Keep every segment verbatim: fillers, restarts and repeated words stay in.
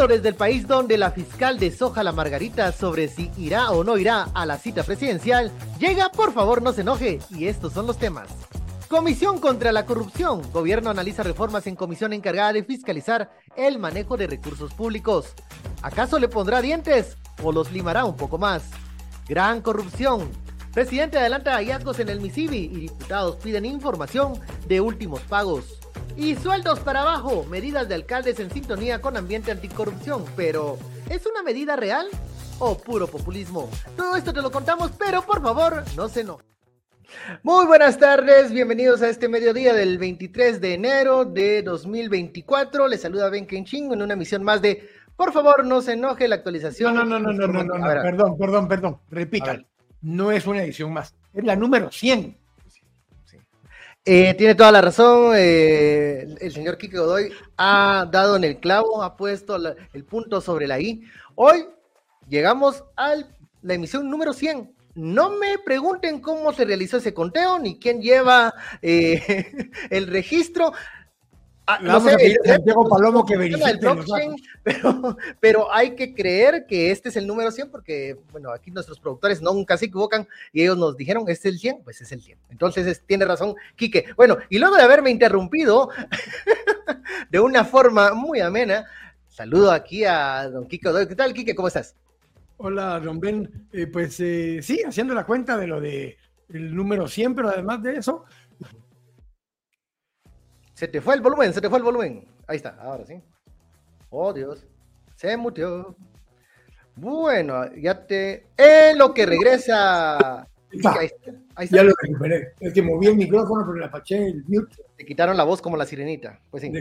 Directo desde el país donde la fiscal deshoja la margarita sobre si irá o no irá a la cita presidencial, llega Por favor no se enoje, y estos son los temas. Comisión contra la corrupción. Gobierno analiza reformas en comisión encargada de fiscalizar el manejo de recursos públicos. ¿Acaso le pondrá dientes o los limará un poco más? Gran corrupción. Presidente adelanta hallazgos en el MISIBI y diputados piden información de últimos pagos. Y sueldos para abajo, medidas de alcaldes en sintonía con ambiente anticorrupción. Pero, ¿es una medida real o puro populismo? Todo esto te lo contamos, pero por favor, no se enojen. Muy buenas tardes, bienvenidos a este mediodía del veintitrés de enero de dos mil veinticuatro. Les saluda Ben Kenching en una emisión más de Por favor no se enoje, la actualización. No, no, no, no, no, no, no, no. perdón, perdón, perdón, repítalo. No es una edición más, es la número cien. Eh, tiene toda la razón, eh, el señor Quique Godoy ha dado en el clavo, ha puesto la, el punto sobre la I. Hoy llegamos a la emisión número cien. No me pregunten cómo se realizó ese conteo, ni quién lleva eh, el registro. Ah, no sé, el, Santiago Palomo que verifique pero, pero hay que creer que este es el número cien porque, bueno, aquí nuestros productores no, nunca se equivocan y ellos nos dijeron, ¿este es el cien? Pues es el cien. Entonces es, tiene razón Quique. Bueno, y luego de haberme interrumpido de una forma muy amena, saludo aquí a don Quique Godoy. ¿Qué tal, Quique? ¿Cómo estás? Hola, don Ben. Eh, pues eh, sí, haciendo la cuenta de lo de el número cien, pero además de eso... Se te fue el volumen, se te fue el volumen. Ahí está, ahora sí. Oh, Dios. Se muteó. Bueno, ya te... En lo que regresa... Ahí está. Ahí está. Ahí está. Ya lo recuperé. Es que moví el micrófono, pero le apaché el mute. Te quitaron la voz como la sirenita. Pues sí.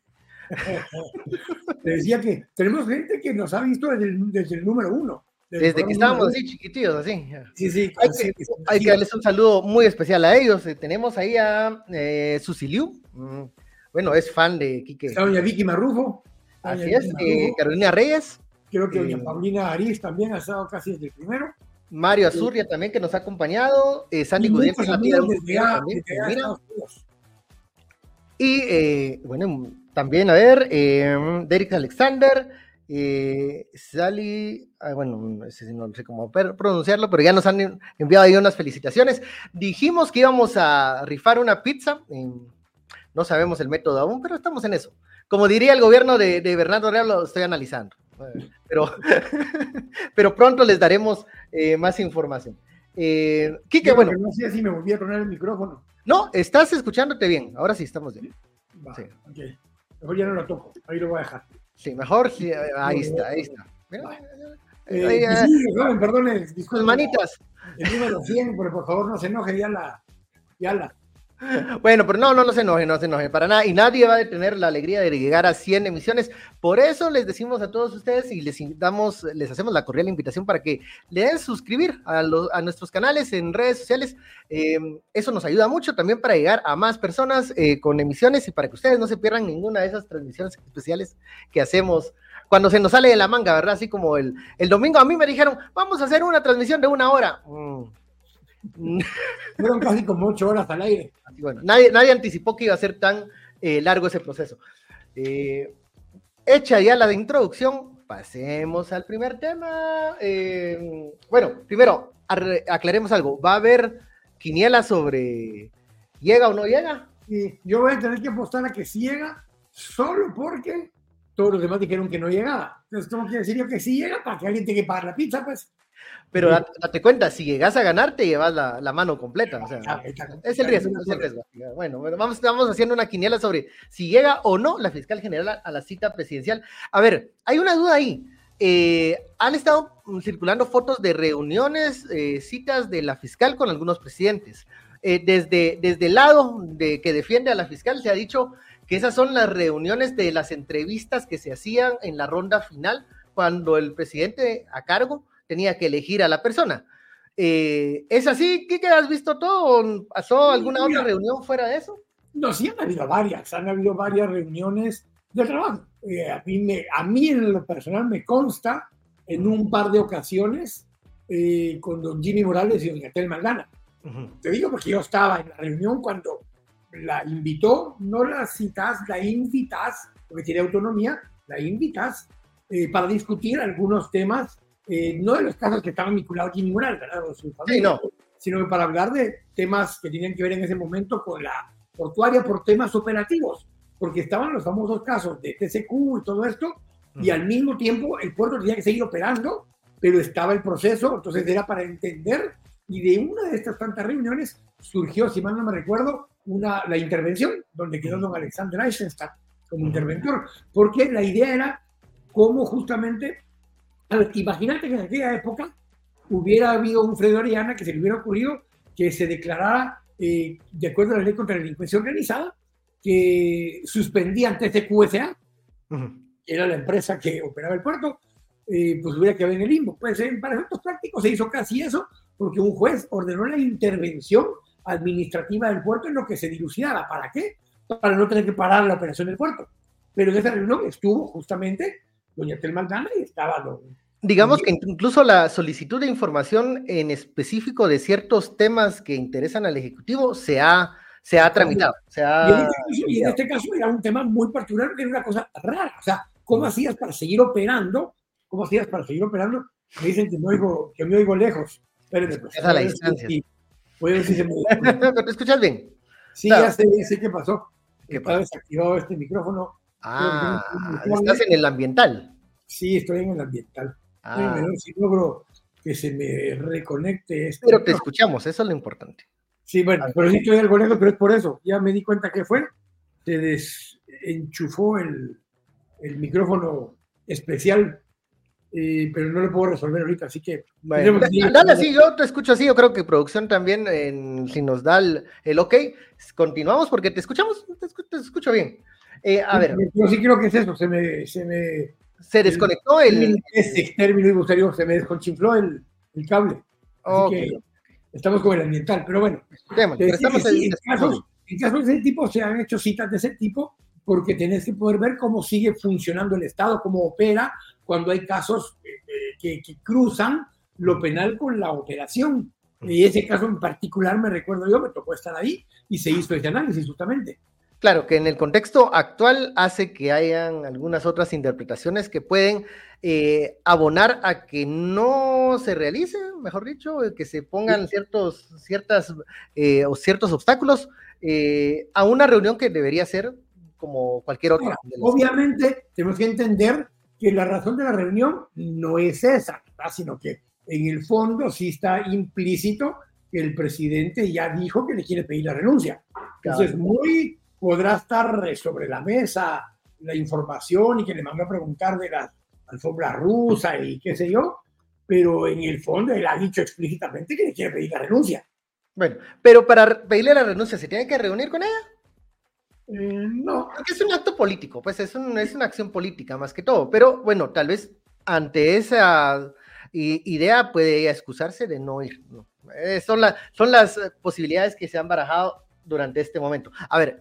Te decía que tenemos gente que nos ha visto desde el, desde el número uno. Desde, desde que estábamos así, chiquititos, así. Sí, sí. Hay que, sí, hay que darles un saludo muy especial a ellos. Eh, tenemos ahí a eh, Susiliu. Mm, bueno, es fan de Quique. Está doña Vicky Marrufo. Así es. Eh, Carolina Reyes. Creo que eh, doña Paulina Ariz también ha estado casi desde el primero. Mario Azurria eh, también, que nos ha acompañado. Eh, Sandy Gutiérrez. Y, eh, bueno, también, a ver, eh, Derek Alexander. Eh, Sally, ah, bueno, ese no sé cómo pronunciarlo, pero ya nos han enviado ahí unas felicitaciones. Dijimos que íbamos a rifar una pizza, eh, no sabemos el método aún, pero estamos en eso. Como diría el gobierno de, de Bernardo Real, lo estoy analizando, pero, pero pronto les daremos eh, más información. Eh, Quique, bueno. No sé si me volví a poner el micrófono. No, estás escuchándote bien, ahora sí estamos bien. Va, sí. Okay. Mejor ya no lo toco, ahí lo voy a dejar. Sí, mejor, sí, ahí está, ahí está. Eh, ahí, eh, sí, joven, perdone, disculpe. Manitas. El número cien, pero por favor no se enoje, ya la, ya la. Bueno, pero no, no, no se enoje, no se enoje, para nada, y nadie va a detener la alegría de llegar a cien emisiones, por eso les decimos a todos ustedes y les damos, les hacemos la cordial invitación para que le den suscribir a, los, a nuestros canales en redes sociales, eh, eso nos ayuda mucho también para llegar a más personas eh, con emisiones y para que ustedes no se pierdan ninguna de esas transmisiones especiales que hacemos cuando se nos sale de la manga, ¿verdad? Así como el, el domingo a mí me dijeron, vamos a hacer una transmisión de una hora. Mm. Fueron casi como ocho horas al aire. Así, bueno, nadie, nadie anticipó que iba a ser tan eh, largo ese proceso. Eh, hecha ya la de introducción, pasemos al primer tema. Eh, bueno, primero, aclaremos algo. ¿Va a haber quiniela sobre llega o no llega? Sí, yo voy a tener que apostar a que sí llega, solo porque todos los demás dijeron que no llegaba. Entonces, ¿cómo quiere decir yo que sí llega para que alguien tenga que pagar la pizza, pues? Pero date, date cuenta, si llegas a ganar, te llevas la, la mano completa. O sea, es el riesgo, es el riesgo. Bueno, vamos, vamos haciendo una quiniela sobre si llega o no la fiscal general a, a la cita presidencial. A ver, hay una duda ahí. Eh, han estado circulando fotos de reuniones, eh, citas de la fiscal con algunos presidentes. Eh, desde, desde el lado de, que defiende a la fiscal se ha dicho que esas son las reuniones de las entrevistas que se hacían en la ronda final cuando el presidente a cargo tenía que elegir a la persona. Eh, ¿Es así? ¿Qué has visto todo? ¿Pasó alguna otra reunión fuera de eso? No, sí han habido varias, han habido varias reuniones de trabajo. Eh, a, mí me, a mí en lo personal me consta en un par de ocasiones eh, con don Jimmy Morales y don Yatel Maldana. Uh-huh. Te digo porque yo estaba en la reunión cuando la invitó, no la citas, la invitas, porque tiene autonomía, la invitas eh, para discutir algunos temas, eh, no de los casos que estaban vinculados a Jimmy Morales, ¿verdad? O su familia, Sí, no. sino para hablar de temas que tenían que ver en ese momento con la portuaria por temas operativos, porque estaban los famosos casos de T C Q y todo esto, uh-huh. y al mismo tiempo el puerto tenía que seguir operando, pero estaba el proceso, entonces era para entender, y de una de estas tantas reuniones surgió, si mal no me recuerdo, una, la intervención, donde quedó don Alexander Eisenstadt como uh-huh. interventor, porque la idea era cómo justamente, a ver, imagínate que en aquella época hubiera habido un Fredo Orellana que se le hubiera ocurrido que se declarara, eh, de acuerdo a la ley contra la delincuencia organizada, que suspendían T C Q S A, uh-huh. que era la empresa que operaba el puerto, eh, pues hubiera quedado en el limbo. Pues eh, para efectos prácticos se hizo casi eso, porque un juez ordenó la intervención administrativa del puerto en lo que se dilucidaba. ¿Para qué? Para no tener que parar la operación del puerto. Pero en esa reunión estuvo justamente doña Telma Aldana y estaba don... Digamos que incluso la solicitud de información en específico de ciertos temas que interesan al Ejecutivo se ha, se ha tramitado. Se ha y, en este caso, y en este caso era un tema muy particular, que era una cosa rara. O sea, ¿cómo uh-huh. hacías para seguir operando? ¿Cómo hacías para seguir operando? Me dicen que me oigo, que me oigo lejos. Espérenme, pues. Es a la distancia. Si, puedo ver si se me... ¿Te escuchas bien? Sí, claro. ya sé, ya sé qué pasó. ¿Qué Está desactivado este micrófono. Ah, estás en el ambiental. Sí, estoy en el ambiental. Ah. Ver si logro que se me reconecte este. Pero te escuchamos, eso es lo importante. Sí, bueno, pero sí estoy algo lejos, pero es por eso. Ya me di cuenta que fue. Se desenchufó el, el micrófono especial, eh, pero no lo puedo resolver ahorita, así que... Bueno, dale así, yo te escucho así, yo creo que producción también, en, si nos da el, el ok, continuamos porque te escuchamos, te escucho, te escucho bien. Eh, a sí, ver. Yo sí creo que es eso, se me... Se me Se desconectó el... el este término y gustaría, se me desconchinfló el, el cable. Así okay. que estamos con el ambiental, pero bueno. Tema, pero estamos sí, en, casos, en casos de ese tipo se han hecho citas de ese tipo porque tenés que poder ver cómo sigue funcionando el Estado, cómo opera cuando hay casos eh, que, que cruzan lo penal con la operación. Y ese caso en particular, me recuerdo yo, me tocó estar ahí y se hizo ese análisis justamente. Claro, que en el contexto actual hace que hayan algunas otras interpretaciones que pueden eh, abonar a que no se realice, mejor dicho, que se pongan ciertos, ciertas, eh, o ciertos obstáculos eh, a una reunión que debería ser como cualquier otra. Ahora, obviamente, tenemos que entender que la razón de la reunión no es esa, ¿verdad? Sino que en el fondo sí está implícito que el presidente ya dijo que le quiere pedir la renuncia. Entonces, claro. muy... podrá estar sobre la mesa la información y que le mandó a preguntar de la alfombra rusa y qué sé yo, pero en el fondo él ha dicho explícitamente que le quiere pedir la renuncia. Bueno, pero para pedirle la renuncia, ¿se tiene que reunir con ella? Eh, no. Porque es un acto político, pues es, un, es una acción política más que todo, pero bueno, tal vez ante esa idea puede ella excusarse de no ir. No. Eh, son, la, son las posibilidades que se han barajado durante este momento. A ver,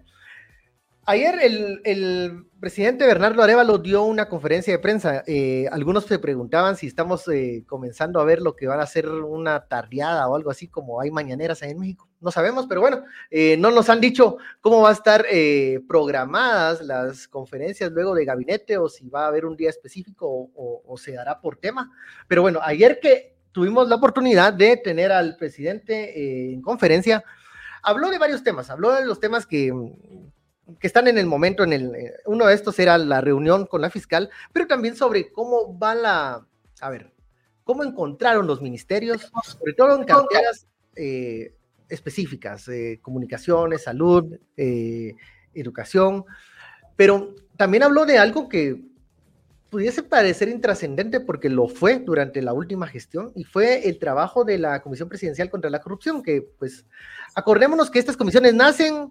ayer el, el presidente Bernardo Arévalo dio una conferencia de prensa. Eh, algunos se preguntaban si estamos eh, comenzando a ver lo que van a ser una tardeada o algo así como hay mañaneras ahí en México. No sabemos, pero bueno, eh, no nos han dicho cómo va a estar eh, programadas las conferencias luego de gabinete o si va a haber un día específico o, o, o se dará por tema. Pero bueno, ayer que tuvimos la oportunidad de tener al presidente eh, en conferencia, habló de varios temas, habló de los temas que... que están en el momento, en el, uno de estos era la reunión con la fiscal, pero también sobre cómo va la, a ver, cómo encontraron los ministerios, sobre todo en carteras eh, específicas, eh, comunicaciones, salud, eh, educación, pero también habló de algo que pudiese parecer intrascendente porque lo fue durante la última gestión y fue el trabajo de la Comisión Presidencial contra la Corrupción, que pues acordémonos que estas comisiones nacen,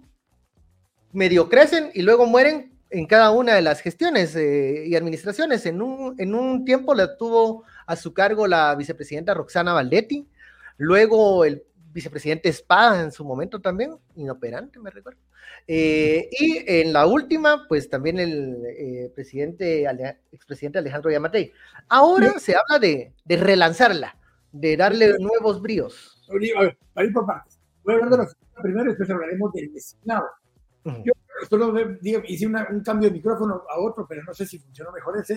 medio crecen y luego mueren en cada una de las gestiones eh, y administraciones. En un, en un tiempo la tuvo a su cargo la vicepresidenta Roxana Valdetti, luego el vicepresidente Espada en su momento también, inoperante me recuerdo, eh, y en la última pues también el eh, presidente, Ale, expresidente Alejandro Yamatei. Ahora se habla de, de relanzarla, de darle nuevos bríos. A ver, para ir por partes. Voy a hablar de los primero y después hablaremos del designado. Yo solo hice una, un cambio de micrófono a otro, pero no sé si funcionó mejor ese.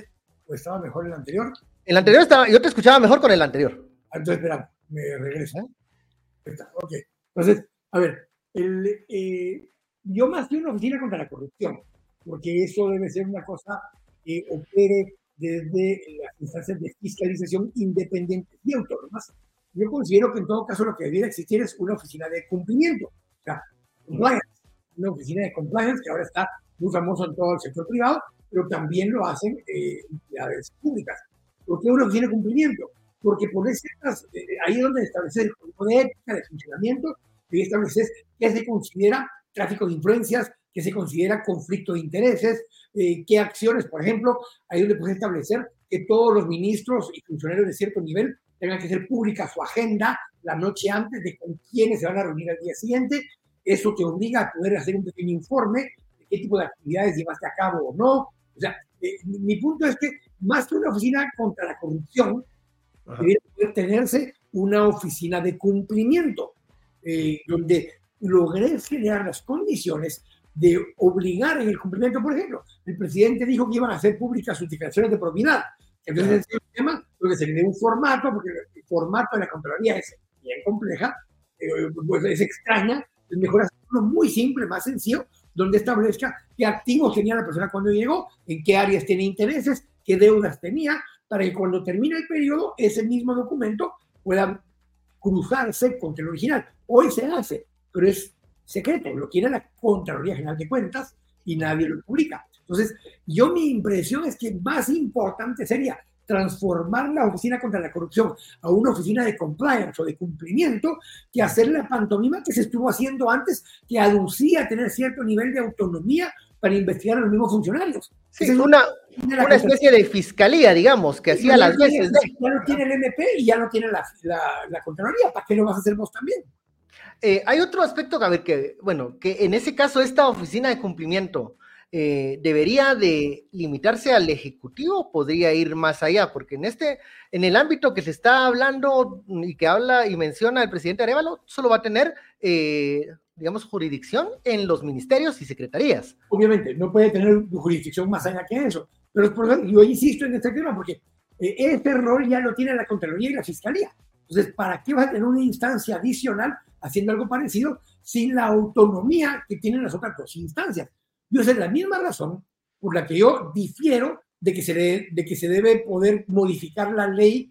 ¿O estaba mejor el anterior? El anterior estaba, yo te escuchaba mejor con el anterior. Entonces, espera, me regreso. ¿Eh? Ok. Entonces, a ver, el, eh, yo más que una oficina contra la corrupción, porque eso debe ser una cosa que opere desde las instancias de fiscalización independientes y autónomas. Yo considero que en todo caso lo que debería existir es una oficina de cumplimiento, o sea, compliance, una oficina de compliance que ahora está muy famoso en todo el sector privado, pero también lo hacen eh, entidades públicas. ¿Por qué una oficina de cumplimiento? Porque por ciertas, eh, ahí es donde establecer el código de ética, de funcionamiento, y establecer qué se considera tráfico de influencias, qué se considera conflicto de intereses, eh, qué acciones, por ejemplo, ahí donde puedes establecer que todos los ministros y funcionarios de cierto nivel tengan que hacer pública su agenda la noche antes de con quiénes se van a reunir al día siguiente. Eso te obliga a poder hacer un pequeño informe de qué tipo de actividades llevaste a cabo o no. O sea, eh, mi, mi punto es que más que una oficina contra la corrupción, Ajá. debería poder tenerse una oficina de cumplimiento, eh, donde logré generar las condiciones de obligar en el cumplimiento. Por ejemplo, el presidente dijo que iban a hacer públicas sus declaraciones de probidad. Entonces, el tema, porque se le dé un formato, porque el formato de la Contraloría es bien compleja, eh, pues es extraña, es mejor hacerlo muy simple, más sencillo, donde establezca qué activos tenía la persona cuando llegó, en qué áreas tiene intereses, qué deudas tenía, para que cuando termine el periodo, ese mismo documento pueda cruzarse contra el original. Hoy se hace, pero es secreto, lo quiere la Contraloría General de Cuentas y nadie lo publica. Entonces, yo mi impresión es que más importante sería transformar la oficina contra la corrupción a una oficina de compliance o de cumplimiento que hacer la pantomima que se estuvo haciendo antes, que aducía tener cierto nivel de autonomía para investigar a los mismos funcionarios. Sí, es una, una especie de fiscalía, digamos, que hacía las veces. De... Ya lo tiene el M P y ya lo tiene la, la, la Contraloría. ¿Para qué lo vas a hacer vos también? Eh, hay otro aspecto, a ver, que, bueno, que en ese caso esta oficina de cumplimiento eh, debería de limitarse al Ejecutivo o podría ir más allá, porque en este, en el ámbito que se está hablando y que habla y menciona el presidente Arévalo, solo va a tener, eh, digamos, jurisdicción en los ministerios y secretarías. Obviamente, no puede tener jurisdicción más allá que eso, pero por eso yo insisto en este tema, porque eh, este rol ya lo tiene la Contraloría y la Fiscalía. Entonces, ¿para qué vas a tener una instancia adicional haciendo algo parecido sin la autonomía que tienen las otras dos instancias? Yo esa es la misma razón por la que yo difiero de que se, de, de que se debe poder modificar la ley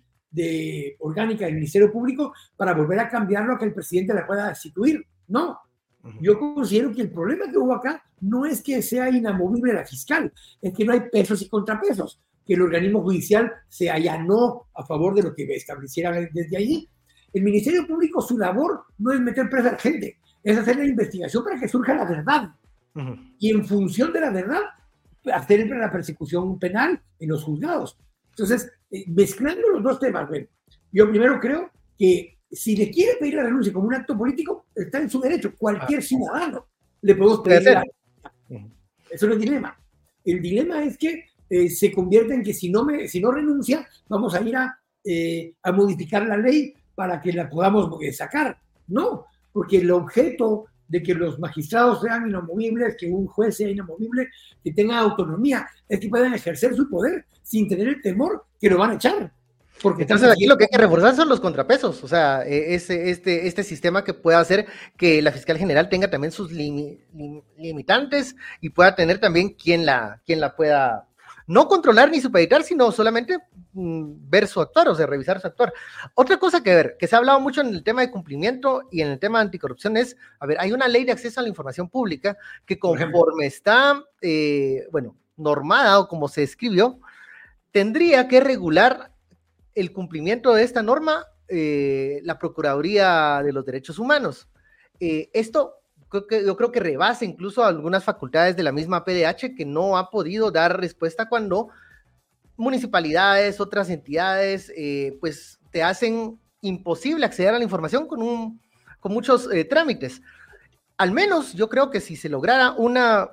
de orgánica del Ministerio Público para volver a cambiarlo a que el presidente la pueda destituir. No, yo considero que el problema que hubo acá no es que sea inamovible la fiscal, es que no hay pesos y contrapesos, que el organismo judicial se allanó a favor de lo que estableciera desde allí. El Ministerio Público, su labor no es meter presa a la gente, es hacer la investigación para que surja la verdad. Uh-huh. Y en función de la verdad, hacer la persecución penal en los juzgados. Entonces, eh, mezclando los dos temas, bueno, yo primero creo que si le quiere pedir la renuncia como un acto político, está en su derecho. Cualquier ciudadano le podemos pedir la renuncia. Eso no es el dilema. El dilema es que eh, se convierte en que si no, me, si no renuncia, vamos a ir a, eh, a modificar la ley para que la podamos eh, sacar. No, porque el objeto de que los magistrados sean inamovibles, que un juez sea inamovible, que tenga autonomía, es que puedan ejercer su poder sin tener el temor que lo van a echar. Porque entonces aquí lo que hay que reforzar son los contrapesos, o sea, ese, este, este sistema que pueda hacer que la fiscal general tenga también sus lim, lim, limitantes y pueda tener también quien la, quien la pueda no controlar ni supeditar, sino solamente mmm, ver su actuar, o sea, revisar su actuar. Otra cosa que ver, que se ha hablado mucho en el tema de cumplimiento y en el tema de anticorrupción es, a ver, hay una ley de acceso a la información pública que conforme está, eh, bueno, normada o como se escribió, tendría que regular el cumplimiento de esta norma, eh, la Procuraduría de los Derechos Humanos. Eh, esto creo que, yo creo que rebasa incluso algunas facultades de la misma P D H que no ha podido dar respuesta cuando municipalidades, otras entidades, eh, pues te hacen imposible acceder a la información con, un, con muchos eh, trámites. Al menos yo creo que si se lograra una,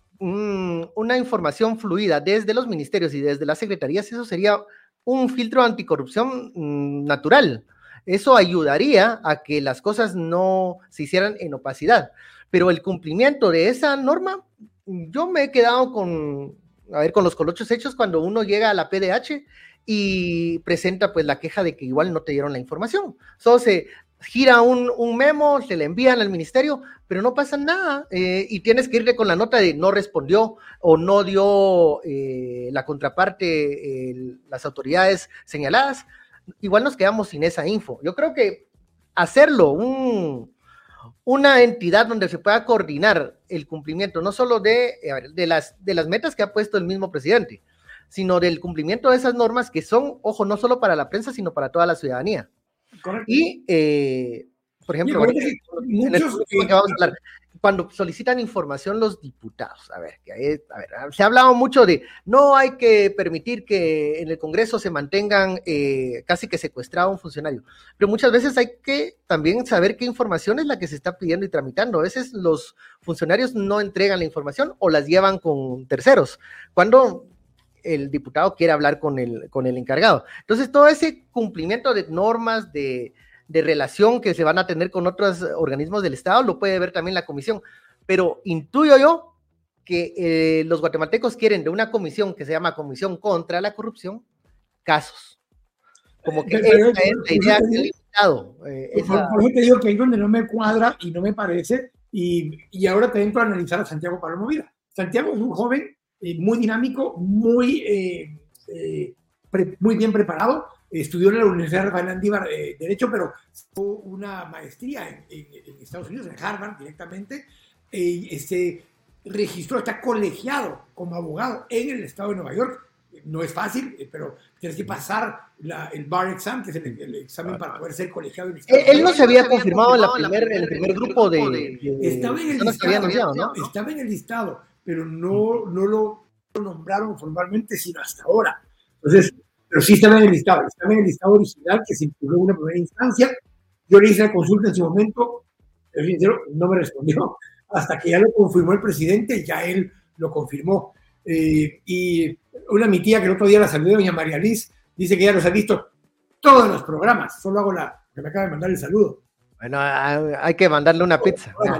un, una información fluida desde los ministerios y desde las secretarías, eso sería un filtro anticorrupción mmm, natural. Eso ayudaría a que las cosas no se hicieran en opacidad. Pero el cumplimiento de esa norma, yo me he quedado con, a ver, con los colochos hechos cuando uno llega a la P D H y presenta pues la queja de que igual no te dieron la información. Solo se gira un, un memo, se le envían al ministerio, pero no pasa nada, eh, y tienes que irle con la nota de no respondió o no dio eh, la contraparte, eh, las autoridades señaladas. Igual nos quedamos sin esa info. Yo creo que hacerlo un, una entidad donde se pueda coordinar el cumplimiento, no solo de, de, las, de las metas que ha puesto el mismo presidente, sino del cumplimiento de esas normas que son, ojo, no solo para la prensa, sino para toda la ciudadanía. Correcto. Y, eh, por ejemplo, bueno, que en el que vamos a hablar, cuando solicitan información los diputados, a ver, que hay, a ver, se ha hablado mucho de no hay que permitir que en el Congreso se mantengan eh, casi que secuestrado a un funcionario, pero muchas veces hay que también saber qué información es la que se está pidiendo y tramitando. A veces los funcionarios no entregan la información o las llevan con terceros, cuando el diputado quiere hablar con el, con el encargado. Entonces, todo ese cumplimiento de normas, de, de relación que se van a tener con otros organismos del Estado, lo puede ver también la comisión. Pero intuyo yo que eh, los guatemaltecos quieren de una comisión que se llama Comisión contra la Corrupción, casos. Como que pero, esa es la idea del diputado. Eh, por, esa... por eso te digo que ahí es donde no me cuadra y no me parece, y, y ahora te entro a analizar a Santiago Palomo Vida. Santiago es un joven Eh, muy dinámico, muy, eh, eh, pre, muy bien preparado. Estudió en la Universidad de Rafael Landívar eh, Derecho, pero tuvo una maestría en, en, en Estados Unidos, en Harvard directamente. Eh, se registró, está colegiado como abogado en el estado de Nueva York. No es fácil, eh, pero tienes que pasar la, el bar exam, que es el, el examen para poder ser colegiado en el estado. Él no se había confirmado en la primer, el primer grupo de... de estaba en el listado, anunciado, ¿no? Estaba en el listado, pero no, no lo nombraron formalmente sino hasta ahora. Entonces, pero sí estaba en el listado, estaba en el listado original que se impugnó en una primera instancia. Yo le hice la consulta en su momento, pero sincero, no me respondió, hasta que ya lo confirmó el presidente, ya él lo confirmó. Eh, y una mi tía que el otro día la saludé, doña María Liz, dice que ya los ha visto todos los programas, solo hago la que me acaba de mandar el saludo. Bueno, hay que mandarle una pizza. No.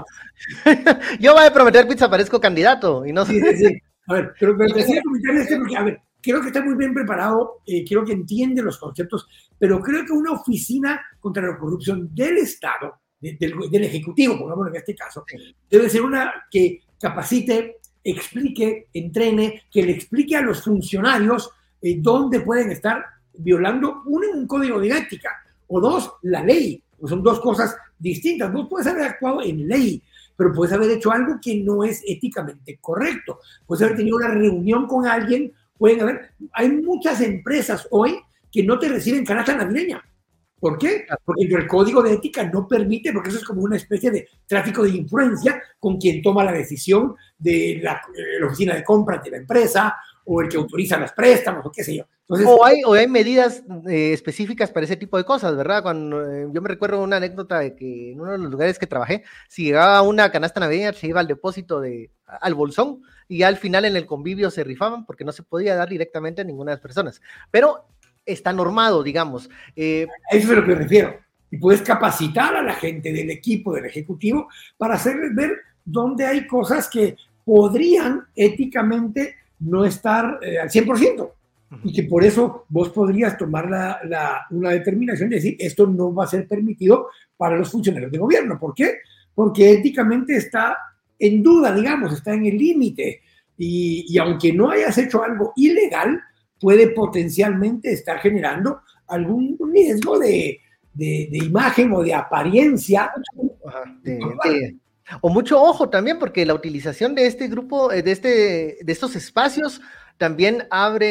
Yo voy a prometer pizza, parezco candidato y no sé. Sí, sí, sí. A ver, pero me decía comentarle este porque, a ver, creo que está muy bien preparado, eh, creo que entiende los conceptos, pero creo que una oficina contra la corrupción del Estado, de, del, del Ejecutivo, pongámoslo en este caso, debe ser una que capacite, explique, entrene, que le explique a los funcionarios eh, dónde pueden estar violando, uno, un código de ética, o dos, la ley. Pues son dos cosas distintas. Vos puedes haber actuado en ley, pero puedes haber hecho algo que no es éticamente correcto. Puedes haber tenido una reunión con alguien, pueden haber... Hay muchas empresas hoy que no te reciben canasta navideña. ¿Por qué? Porque el código de ética no permite, porque eso es como una especie de tráfico de influencia con quien toma la decisión de la, la oficina de compras de la empresa o el que autoriza los préstamos o qué sé yo. Entonces, o, hay, o hay medidas eh, específicas para ese tipo de cosas, ¿verdad? Cuando eh, yo me recuerdo una anécdota de que en uno de los lugares que trabajé, si llegaba una canasta navideña, se iba al depósito, de, al bolsón, y ya al final en el convivio se rifaban porque no se podía dar directamente a ninguna de las personas. Pero está normado, digamos. Eh, a eso es a lo que me refiero. Y puedes capacitar a la gente del equipo, del ejecutivo, para hacerles ver dónde hay cosas que podrían éticamente no estar eh, al cien por ciento. Y que por eso vos podrías tomar la, la, una determinación de decir, esto no va a ser permitido para los funcionarios de gobierno. ¿Por qué? Porque éticamente está en duda, digamos, está en el límite. Y, y aunque no hayas hecho algo ilegal, puede potencialmente estar generando algún riesgo de, de, de imagen o de apariencia. Ajá, de, de, o mucho ojo también, porque la utilización de este grupo, de, este, de estos espacios, también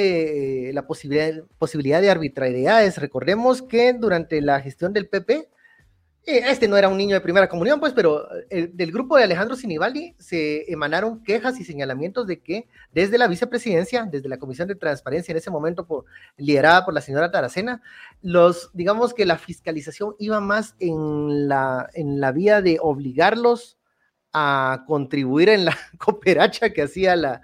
abre la posibilidad, posibilidad de arbitrariedades. Recordemos que durante la gestión del P P, este no era un niño de primera comunión, pues, pero el, del grupo de Alejandro Sinibaldi se emanaron quejas y señalamientos de que desde la vicepresidencia, desde la Comisión de Transparencia en ese momento, por, liderada por la señora Taracena, los, digamos que la fiscalización iba más en la, en la vía de obligarlos a contribuir en la cooperacha que hacía la,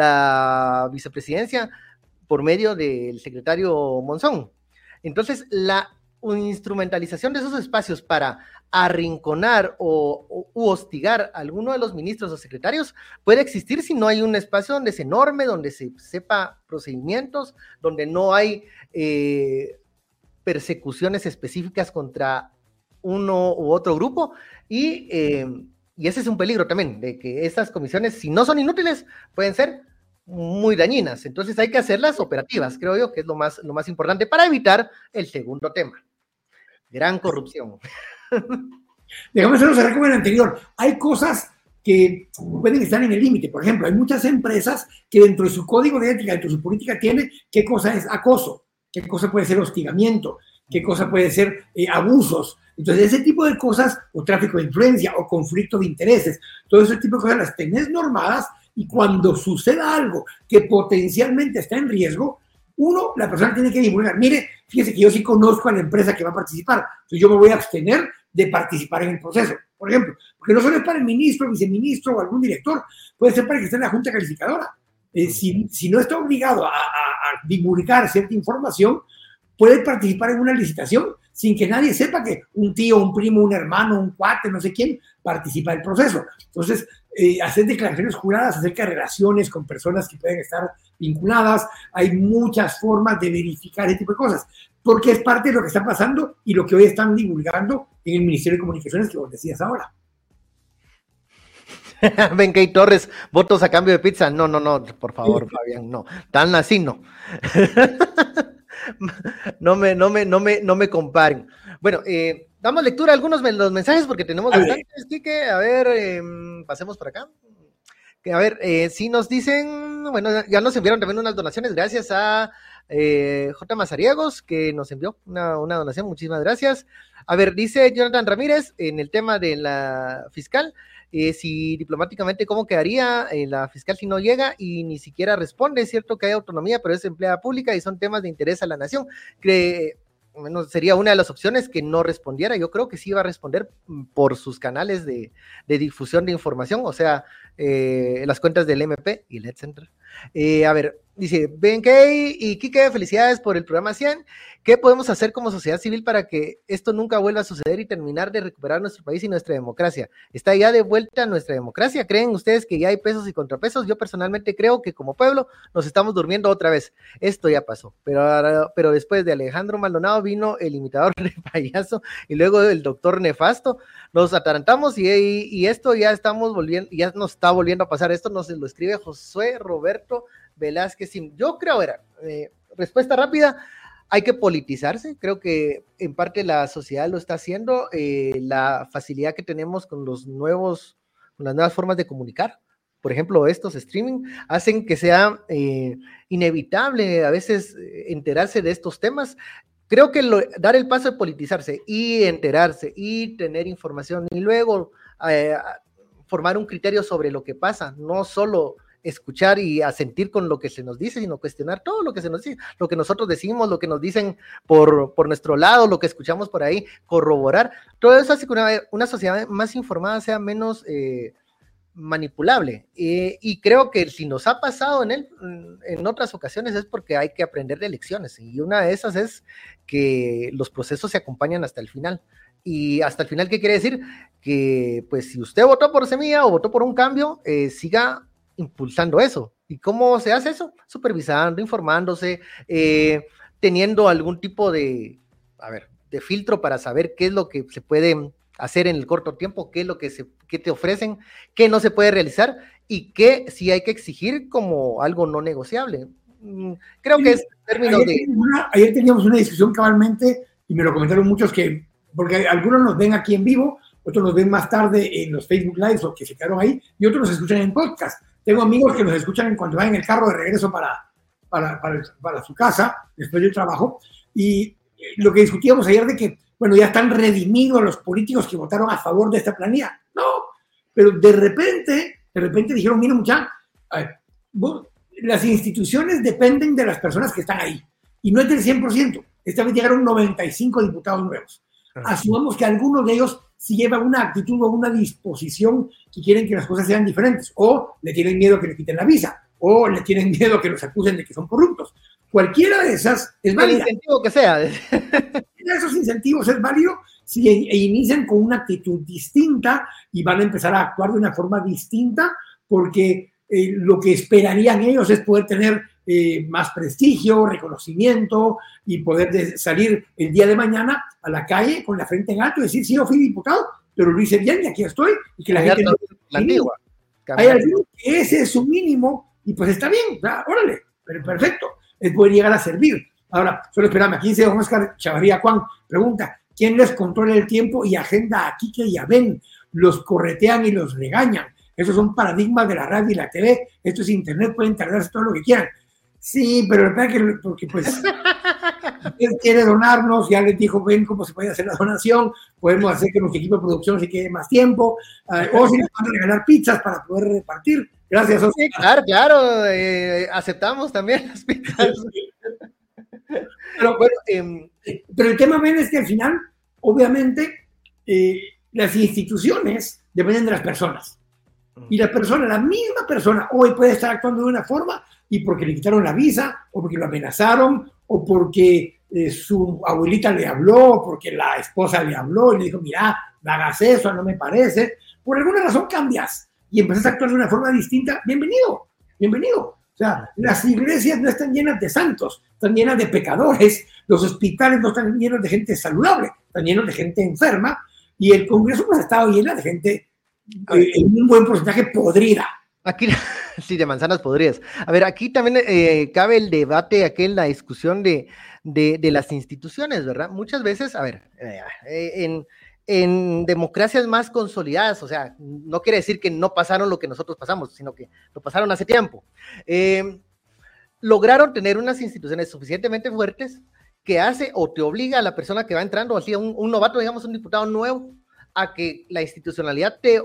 la vicepresidencia por medio del secretario Monzón. Entonces, la una instrumentalización de esos espacios para arrinconar o, o u hostigar a alguno de los ministros o secretarios puede existir si no hay un espacio donde se norme, donde se sepa procedimientos, donde no hay eh, persecuciones específicas contra uno u otro grupo, y, eh, y ese es un peligro también, de que estas comisiones, si no son inútiles, pueden ser muy dañinas. Entonces hay que hacerlas operativas, creo yo, que es lo más, lo más importante para evitar el segundo tema. Gran corrupción. Déjame hacerlo cerrar con el anterior. Hay cosas que pueden estar en el límite. Por ejemplo, hay muchas empresas que dentro de su código de ética, dentro de su política, tienen qué cosa es acoso, qué cosa puede ser hostigamiento, qué cosa puede ser eh, abusos. Entonces, ese tipo de cosas, o tráfico de influencia, o conflicto de intereses, todo ese tipo de cosas las tenés normadas, y cuando suceda algo que potencialmente está en riesgo, uno, la persona tiene que divulgar. Mire, fíjese que yo sí conozco a la empresa que va a participar, entonces yo me voy a abstener de participar en el proceso, por ejemplo, porque no solo es para el ministro, viceministro o algún director, puede ser para que esté en la junta calificadora. Eh, si, si no está obligado a, a, a divulgar cierta información, puede participar en una licitación sin que nadie sepa que un tío, un primo, un hermano, un cuate, no sé quién, participa del proceso. Entonces, eh, hacer declaraciones juradas acerca de relaciones con personas que pueden estar vinculadas, hay muchas formas de verificar ese tipo de cosas, porque es parte de lo que está pasando y lo que hoy están divulgando en el Ministerio de Comunicaciones que vos decías ahora. Benkei Torres, votos a cambio de pizza. No, no, no, por favor, Fabián, no. Tan así no. No me, no me, no me, no me comparen. Bueno, eh, damos lectura a algunos de los mensajes porque tenemos bastantes, Quique. A ver, eh, pasemos por acá. A ver, eh, si nos dicen, bueno, ya nos enviaron también unas donaciones, gracias a eh, J. Mazariegos, que nos envió una, una donación, muchísimas gracias. A ver, dice Jonathan Ramírez, en el tema de la fiscal, eh, si diplomáticamente cómo quedaría eh, la fiscal si no llega y ni siquiera responde. Es cierto que hay autonomía, pero es empleada pública y son temas de interés a la nación. Que bueno, sería una de las opciones que no respondiera. Yo creo que sí iba a responder por sus canales de, de difusión de información, o sea, eh, las cuentas del M P y el Ed Center. Eh, a ver, dice Benkei y Quique, felicidades por el programa cien. ¿Qué podemos hacer como sociedad civil para que esto nunca vuelva a suceder y terminar de recuperar nuestro país y nuestra democracia? ¿Está ya de vuelta nuestra democracia? ¿Creen ustedes que ya hay pesos y contrapesos? Yo personalmente creo que como pueblo nos estamos durmiendo otra vez. Esto ya pasó, pero, pero después de Alejandro Maldonado vino el imitador de payaso y luego el doctor nefasto. Nos atarantamos y, y, y esto ya estamos volviendo, ya nos está volviendo a pasar. Esto nos lo escribe Josué Roberto Velázquez. Yo creo, era, eh, respuesta rápida, hay que politizarse. Creo que en parte la sociedad lo está haciendo, eh, la facilidad que tenemos con los nuevos, con las nuevas formas de comunicar, por ejemplo, estos streaming, hacen que sea eh, inevitable a veces enterarse de estos temas. Creo que lo, dar el paso de politizarse y enterarse y tener información y luego eh, formar un criterio sobre lo que pasa, no solo escuchar y asentir con lo que se nos dice, sino cuestionar todo lo que se nos dice, lo que nosotros decimos, lo que nos dicen por, por nuestro lado, lo que escuchamos por ahí, corroborar. Todo eso hace que una, una sociedad más informada sea menos eh, manipulable. Eh, y creo que si nos ha pasado en, él, en otras ocasiones es porque hay que aprender de lecciones. Y una de esas es que los procesos se acompañan hasta el final. Y hasta el final, ¿qué quiere decir? Que pues si usted votó por Semilla o votó por un cambio, eh, siga impulsando eso. ¿Y cómo se hace eso? Supervisando, informándose, eh, teniendo algún tipo de, a ver, de filtro para saber qué es lo que se puede hacer en el corto tiempo, qué es lo que, se, qué te ofrecen, qué no se puede realizar y qué sí hay que exigir como algo no negociable. Creo sí, que es términos ayer de... Teníamos una, ayer teníamos una discusión cabalmente y me lo comentaron muchos que, porque algunos nos ven aquí en vivo, otros nos ven más tarde en los Facebook Lives o que se quedaron ahí y otros nos escuchan en podcast. Tengo amigos que nos escuchan cuando van en el carro de regreso para, para, para, para su casa, después del trabajo, y lo que discutíamos ayer de que, bueno, ya están redimidos los políticos que votaron a favor de esta planilla. No, pero de repente, de repente dijeron, mira muchachos, las instituciones dependen de las personas que están ahí, y no es del cien por ciento. Esta vez llegaron noventa y cinco diputados nuevos. Asumamos que algunos de ellos si llevan una actitud o una disposición que quieren que las cosas sean diferentes, o le tienen miedo que le quiten la visa, o le tienen miedo que los acusen de que son corruptos. Cualquiera de esas es válida. El incentivo que sea. esos incentivos es válido si e inician con una actitud distinta y van a empezar a actuar de una forma distinta, porque eh, lo que esperarían ellos es poder tener eh, más prestigio, reconocimiento y poder de salir el día de mañana a la calle con la frente en alto y decir, sí, yo fui diputado, pero lo hice bien y aquí estoy, y que la gente no... La antigua. Hay alguien que ese es su mínimo y pues está bien, o sea, órale, pero perfecto, es poder llegar a servir. Ahora, solo esperame, aquí dice don Oscar Chavarría Juan, pregunta, ¿quién les controla el tiempo y agenda aquí que ya ven? Los corretean y los regañan. Esos son paradigmas de la radio y la T V, esto es internet, pueden tardarse todo lo que quieran. Sí, pero la verdad que, porque pues, él quiere donarnos, ya les dijo, ven cómo se puede hacer la donación, podemos hacer que nuestro equipo de producción se quede más tiempo, uh, o si nos van a regalar pizzas para poder repartir. Gracias, Oscar. Sí, claro, claro, eh, aceptamos también las pizzas. Pero, bueno, eh, pero el tema, ven, es que al final, obviamente, eh, las instituciones dependen de las personas. Y la persona, la misma persona, hoy puede estar actuando de una forma y porque le quitaron la visa, o porque lo amenazaron, o porque eh, su abuelita le habló, o porque la esposa le habló y le dijo, mira, no hagas eso, no me parece. Por alguna razón cambias y empiezas a actuar de una forma distinta. Bienvenido, bienvenido. O sea, las iglesias no están llenas de santos, están llenas de pecadores, los hospitales no están llenos de gente saludable, están llenos de gente enferma, y el Congreso pues, ha estado lleno de gente eh, en un buen porcentaje podrida. Aquí, sí, de manzanas podridas. A ver, aquí también eh, cabe el debate, aquí en la discusión de, de, de las instituciones, ¿verdad? Muchas veces, a ver, eh, en, en democracias más consolidadas, o sea, no quiere decir que no pasaron lo que nosotros pasamos, sino que lo pasaron hace tiempo. Eh, lograron tener unas instituciones suficientemente fuertes que hace o te obliga a la persona que va entrando, así, un, un novato, digamos, un diputado nuevo, a que la institucionalidad te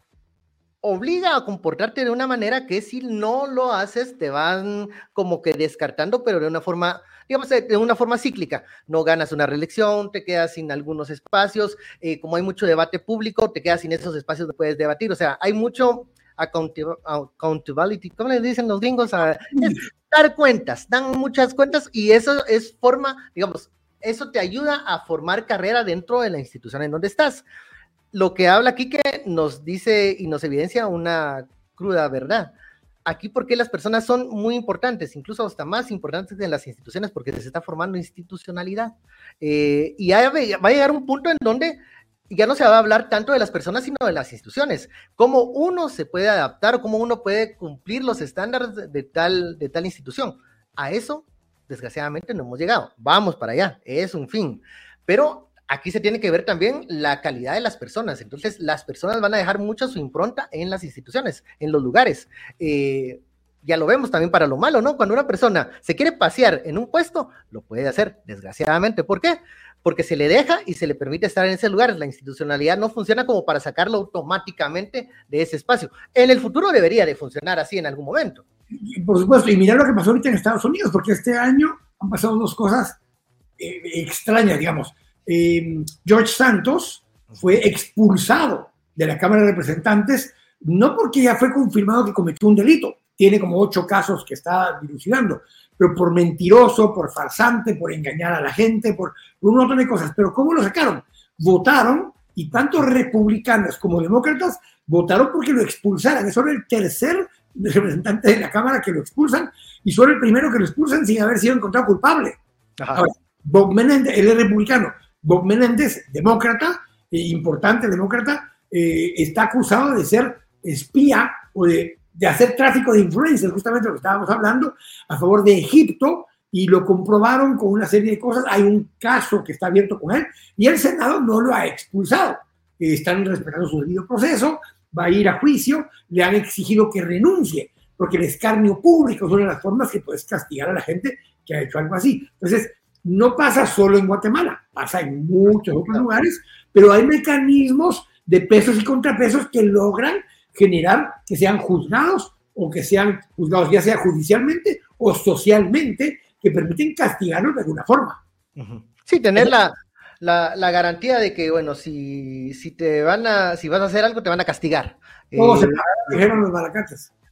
obliga a comportarte de una manera que si no lo haces te van como que descartando, pero de una forma, digamos, de una forma cíclica. No ganas una reelección, te quedas sin algunos espacios, eh, como hay mucho debate público, te quedas sin esos espacios donde puedes debatir, o sea, hay mucho accountability, ¿cómo les dicen los gringos? A, es dar cuentas, dan muchas cuentas y eso es forma, digamos, eso te ayuda a formar carrera dentro de la institución en donde estás. Lo que habla aquí que nos dice y nos evidencia una cruda verdad. Aquí porque las personas son muy importantes, incluso hasta más importantes que las instituciones, porque se está formando institucionalidad. Eh, y va a llegar un punto en donde ya no se va a hablar tanto de las personas, sino de las instituciones. Cómo uno se puede adaptar o cómo uno puede cumplir los estándares de tal, de tal institución. A eso, desgraciadamente, no hemos llegado. Vamos para allá, es un fin. Pero aquí se tiene que ver también la calidad de las personas. Entonces, las personas van a dejar mucho su impronta en las instituciones, en los lugares. Eh, ya lo vemos también para lo malo, ¿no? Cuando una persona se quiere pasear en un puesto, lo puede hacer, desgraciadamente. ¿Por qué? Porque se le deja y se le permite estar en ese lugar. La institucionalidad no funciona como para sacarlo automáticamente de ese espacio. En el futuro debería de funcionar así en algún momento. Por supuesto, y mirar lo que pasó ahorita en Estados Unidos, porque este año han pasado dos cosas eh, extrañas, digamos. Eh, George Santos fue expulsado de la Cámara de Representantes, no porque ya fue confirmado que cometió un delito, tiene como ocho casos que está dilucidando, pero por mentiroso, por farsante, por engañar a la gente, por, por un montón de cosas. Pero ¿cómo lo sacaron? Votaron, y tanto republicanos como demócratas votaron porque lo expulsaran. Es solo el tercer representante de la Cámara que lo expulsan, y solo el primero que lo expulsan sin haber sido encontrado culpable. Ajá. Ahora, Bob Menéndez, él es republicano. Bob Menéndez, demócrata, eh, importante demócrata, eh, está acusado de ser espía o de, de hacer tráfico de influencias, justamente lo que estábamos hablando, a favor de Egipto, y lo comprobaron con una serie de cosas. Hay un caso que está abierto con él, y el Senado no lo ha expulsado. Eh, están respetando su debido proceso, va a ir a juicio, le han exigido que renuncie, porque el escarnio público es una de las formas que puedes castigar a la gente que ha hecho algo así. Entonces, no pasa solo en Guatemala, pasa en muchos otros lugares, pero hay mecanismos de pesos y contrapesos que logran generar que sean juzgados o que sean juzgados ya sea judicialmente o socialmente, que permiten castigarlos de alguna forma. Sí, tener la, la, la garantía de que, bueno, si, si te van a, si vas a hacer algo, te van a castigar. Todos eh, se pagaron, dijeron los malacates.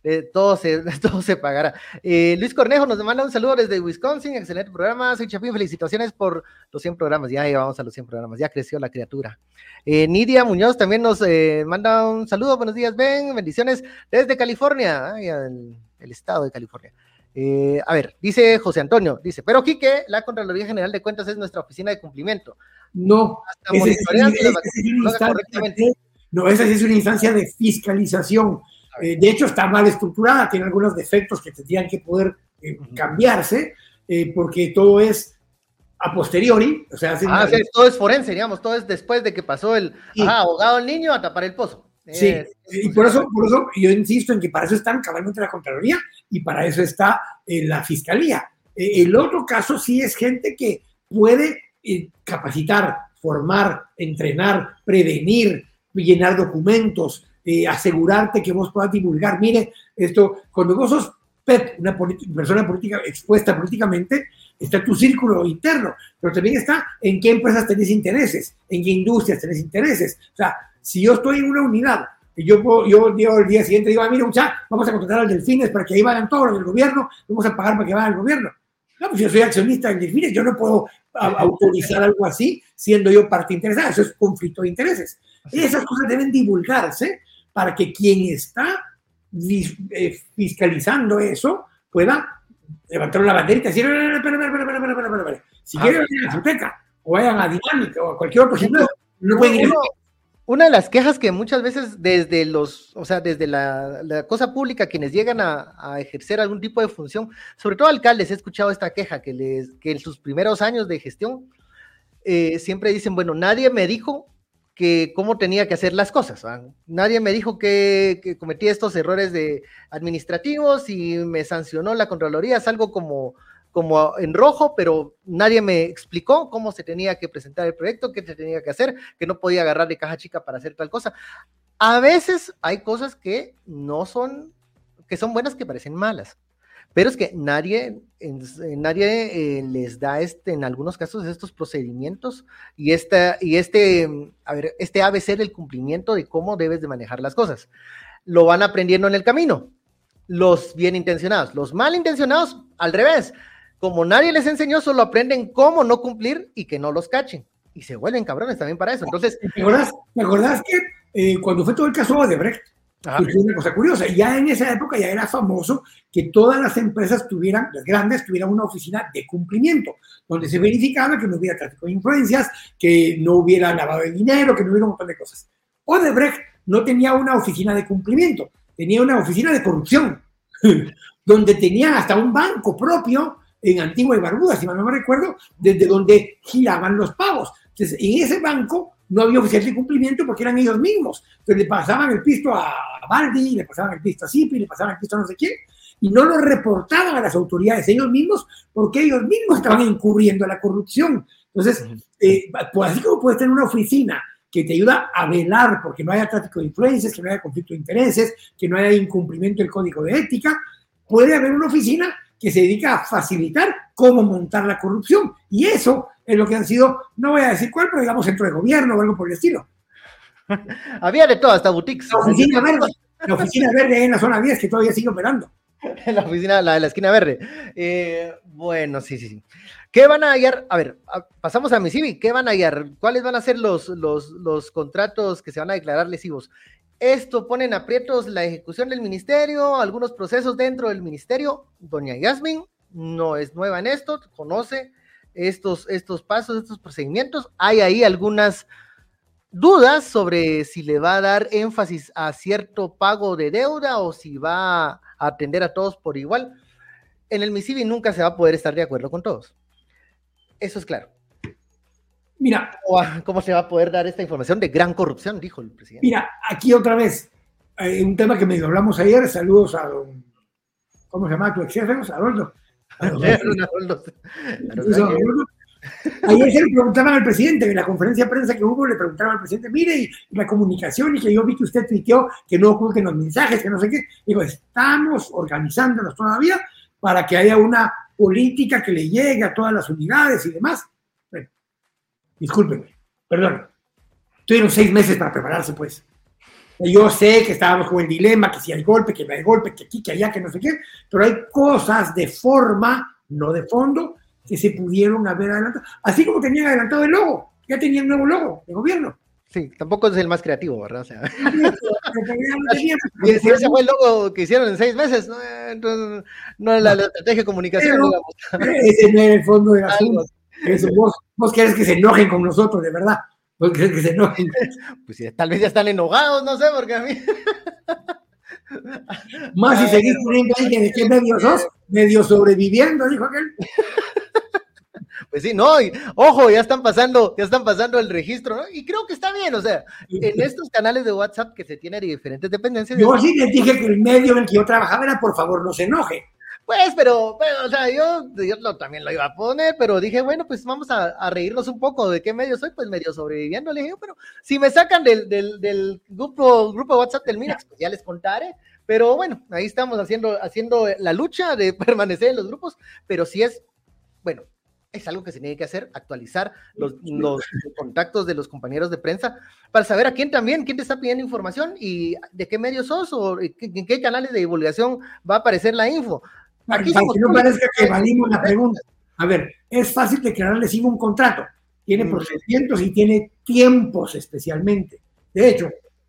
eh, todo, se, todo se pagará. Eh, Luis Cornejo nos manda un saludo desde Wisconsin, excelente programa, soy Chapín, felicitaciones por los cien programas, ya llevamos a los cien programas, ya creció la criatura. Eh, Nidia Muñoz también nos eh, manda un saludo, buenos días, Ben, bendiciones desde California, ay, el, el estado de California. Eh, a ver, dice José Antonio, dice, pero Quique, la Contraloría General de Cuentas es nuestra oficina de cumplimiento. No, Hasta monitorean que la correctamente. No, esa sí es una instancia de fiscalización. Eh, de hecho, está mal estructurada, tiene algunos defectos que tendrían que poder eh, cambiarse, eh, porque todo es a posteriori. O sea, ah, una... sí, todo es forense, digamos, todo es después de que pasó el sí. ah, ahogado el niño a tapar el pozo. Sí, eh, y por eso, por eso yo insisto en que para eso están cabalmente la Contraloría y para eso está eh, la Fiscalía. Eh, el otro caso sí es gente que puede eh, capacitar, formar, entrenar, prevenir, llenar documentos, eh, asegurarte que vos puedas divulgar. Mire, esto, cuando vos sos P E P, una persona política expuesta políticamente, está tu círculo interno, pero también está en qué empresas tenés intereses, en qué industrias tenés intereses. O sea, si yo estoy en una unidad, y yo, puedo, yo digo el día siguiente, digo, ah, mira, muchachos, vamos a contratar al Delfines para que ahí vayan todos los del gobierno, vamos a pagar para que vayan al gobierno. No, pues yo soy accionista del Delfines, yo no puedo a, autorizar algo así siendo yo parte interesada, eso es conflicto de intereses. Esas cosas deben divulgarse para que quien está fiscalizando eso pueda levantar una banderita y decir, espera, espera, espera, espera, espera, espera, espera. Si ah, quieren vayan a Zuteca o vayan a Dinámica o a cualquier otro sitio, no pueden ir. Una de las quejas que muchas veces desde los, o sea, desde la, la cosa pública, quienes llegan a, a ejercer algún tipo de función, sobre todo alcaldes, he escuchado esta queja, que, les, que en sus primeros años de gestión eh, siempre dicen, bueno, nadie me dijo que cómo tenía que hacer las cosas, ¿verdad? Nadie me dijo que, que cometí estos errores de administrativos y me sancionó la Contraloría, es algo como... como en rojo, pero nadie me explicó cómo se tenía que presentar el proyecto, qué se tenía que hacer, que no podía agarrar de caja chica para hacer tal cosa. A veces hay cosas que no son, que son buenas, que parecen malas, pero es que nadie, en, nadie eh, les da este, en algunos casos estos procedimientos y, esta, y este, a ver, este A B C del cumplimiento de cómo debes de manejar las cosas. Lo van aprendiendo en el camino, los bien intencionados, los mal intencionados, al revés. Como nadie les enseñó, solo aprenden cómo no cumplir y que no los cachen. Y se vuelven cabrones también para eso. Entonces, ¿te acordás, ¿te acordás que eh, cuando fue todo el caso de Odebrecht, fue una cosa curiosa? Ya en esa época ya era famoso que todas las empresas tuvieran, las grandes, tuvieran una oficina de cumplimiento, donde se verificaba que no hubiera tráfico de influencias, que no hubiera lavado de dinero, que no hubiera un montón de cosas. Odebrecht no tenía una oficina de cumplimiento, tenía una oficina de corrupción, donde tenían hasta un banco propio en Antigua y Barbuda, si mal no me recuerdo, desde donde giraban los pagos. Entonces, en ese banco no había oficiales de cumplimiento porque eran ellos mismos. Entonces, le pasaban el pisto a Baldi, le pasaban el pisto a Zipi, le pasaban el pisto a no sé quién, y no lo reportaban a las autoridades ellos mismos porque ellos mismos estaban incurriendo en la corrupción. Entonces, eh, pues así como puedes tener una oficina que te ayuda a velar porque no haya tráfico de influencias, que no haya conflicto de intereses, que no haya incumplimiento del código de ética, puede haber una oficina que se dedica a facilitar cómo montar la corrupción. Y eso es lo que han sido, no voy a decir cuál, pero digamos centro de gobierno o algo por el estilo. Había de todo, hasta boutiques. La oficina verde, la oficina verde en la zona diez que todavía sigue operando. La oficina, la de la esquina verde. Eh, bueno, sí, sí, sí. ¿Qué van a hallar? A ver, pasamos a Misivi. ¿Qué van a hallar? ¿Cuáles van a ser los, los, los contratos que se van a declarar lesivos? Esto pone en aprietos la ejecución del ministerio, algunos procesos dentro del ministerio. Doña Yasmin no es nueva en esto, conoce estos, estos pasos, estos procedimientos. Hay ahí algunas dudas sobre si le va a dar énfasis a cierto pago de deuda o si va a atender a todos por igual. En el Misivi nunca se va a poder estar de acuerdo con todos. Eso es claro. Mira, ¿cómo se va a poder dar esta información de gran corrupción? Dijo el presidente. Mira, aquí otra vez, eh, un tema que medio hablamos ayer, saludos a don, ¿cómo se llama tu ex jefe? Adolfo. Ayer se le preguntaban al presidente, en la conferencia de prensa que hubo, le preguntaban al presidente, mire, y la comunicación, y que yo vi que usted tuiteó que no oculten los mensajes, que no sé qué. Digo, estamos organizándonos todavía para que haya una política que le llegue a todas las unidades y demás. Discúlpenme, perdón. Tuvieron seis meses para prepararse, pues. Yo sé que estábamos con el dilema, que si hay golpe, que no hay golpe, que aquí, que allá, que no sé qué, pero hay cosas de forma, no de fondo, que se pudieron haber adelantado. Así como tenían adelantado el logo, ya tenían nuevo logo de gobierno. Sí, tampoco es el más creativo, ¿verdad? O sea, y si ese fue el logo que hicieron en seis meses, no, entonces, no la, la estrategia de comunicación, pero, digamos. Ese no era el fondo del asunto. Eso, vos, vos querés que se enojen con nosotros, de verdad. Vos querés que se enojen. Pues sí, tal vez ya están enojados, no sé, porque a mí... Más si seguís poniendo ahí que de qué medio sos, medio sobreviviendo, dijo aquel. Pues sí, no, y, ojo, ya están pasando, ya están pasando el registro, ¿no? Y creo que está bien, o sea, en estos canales de WhatsApp que se tienen de diferentes dependencias. Yo sí les dije que el medio en el que yo trabajaba era, por favor, no se enoje. Pues, pero, pero o sea, yo, yo lo, también lo iba a poner, pero dije, bueno, pues vamos a, a reírnos un poco de qué medio soy, pues medio sobreviviendo, le dije, pero si me sacan del, del, del grupo, grupo de WhatsApp del Minex, pues ya les contaré. Pero bueno, ahí estamos haciendo, haciendo la lucha de permanecer en los grupos, pero sí es, bueno, es algo que se tiene que hacer, actualizar los, los contactos de los compañeros de prensa para saber a quién también, quién te está pidiendo información y de qué medios sos o en qué canales de divulgación va a aparecer la info. Aquí para que no parezca que valimos la pregunta. A ver, es fácil declararle sin un contrato. Tiene procedimientos y tiene tiempos especialmente. De hecho,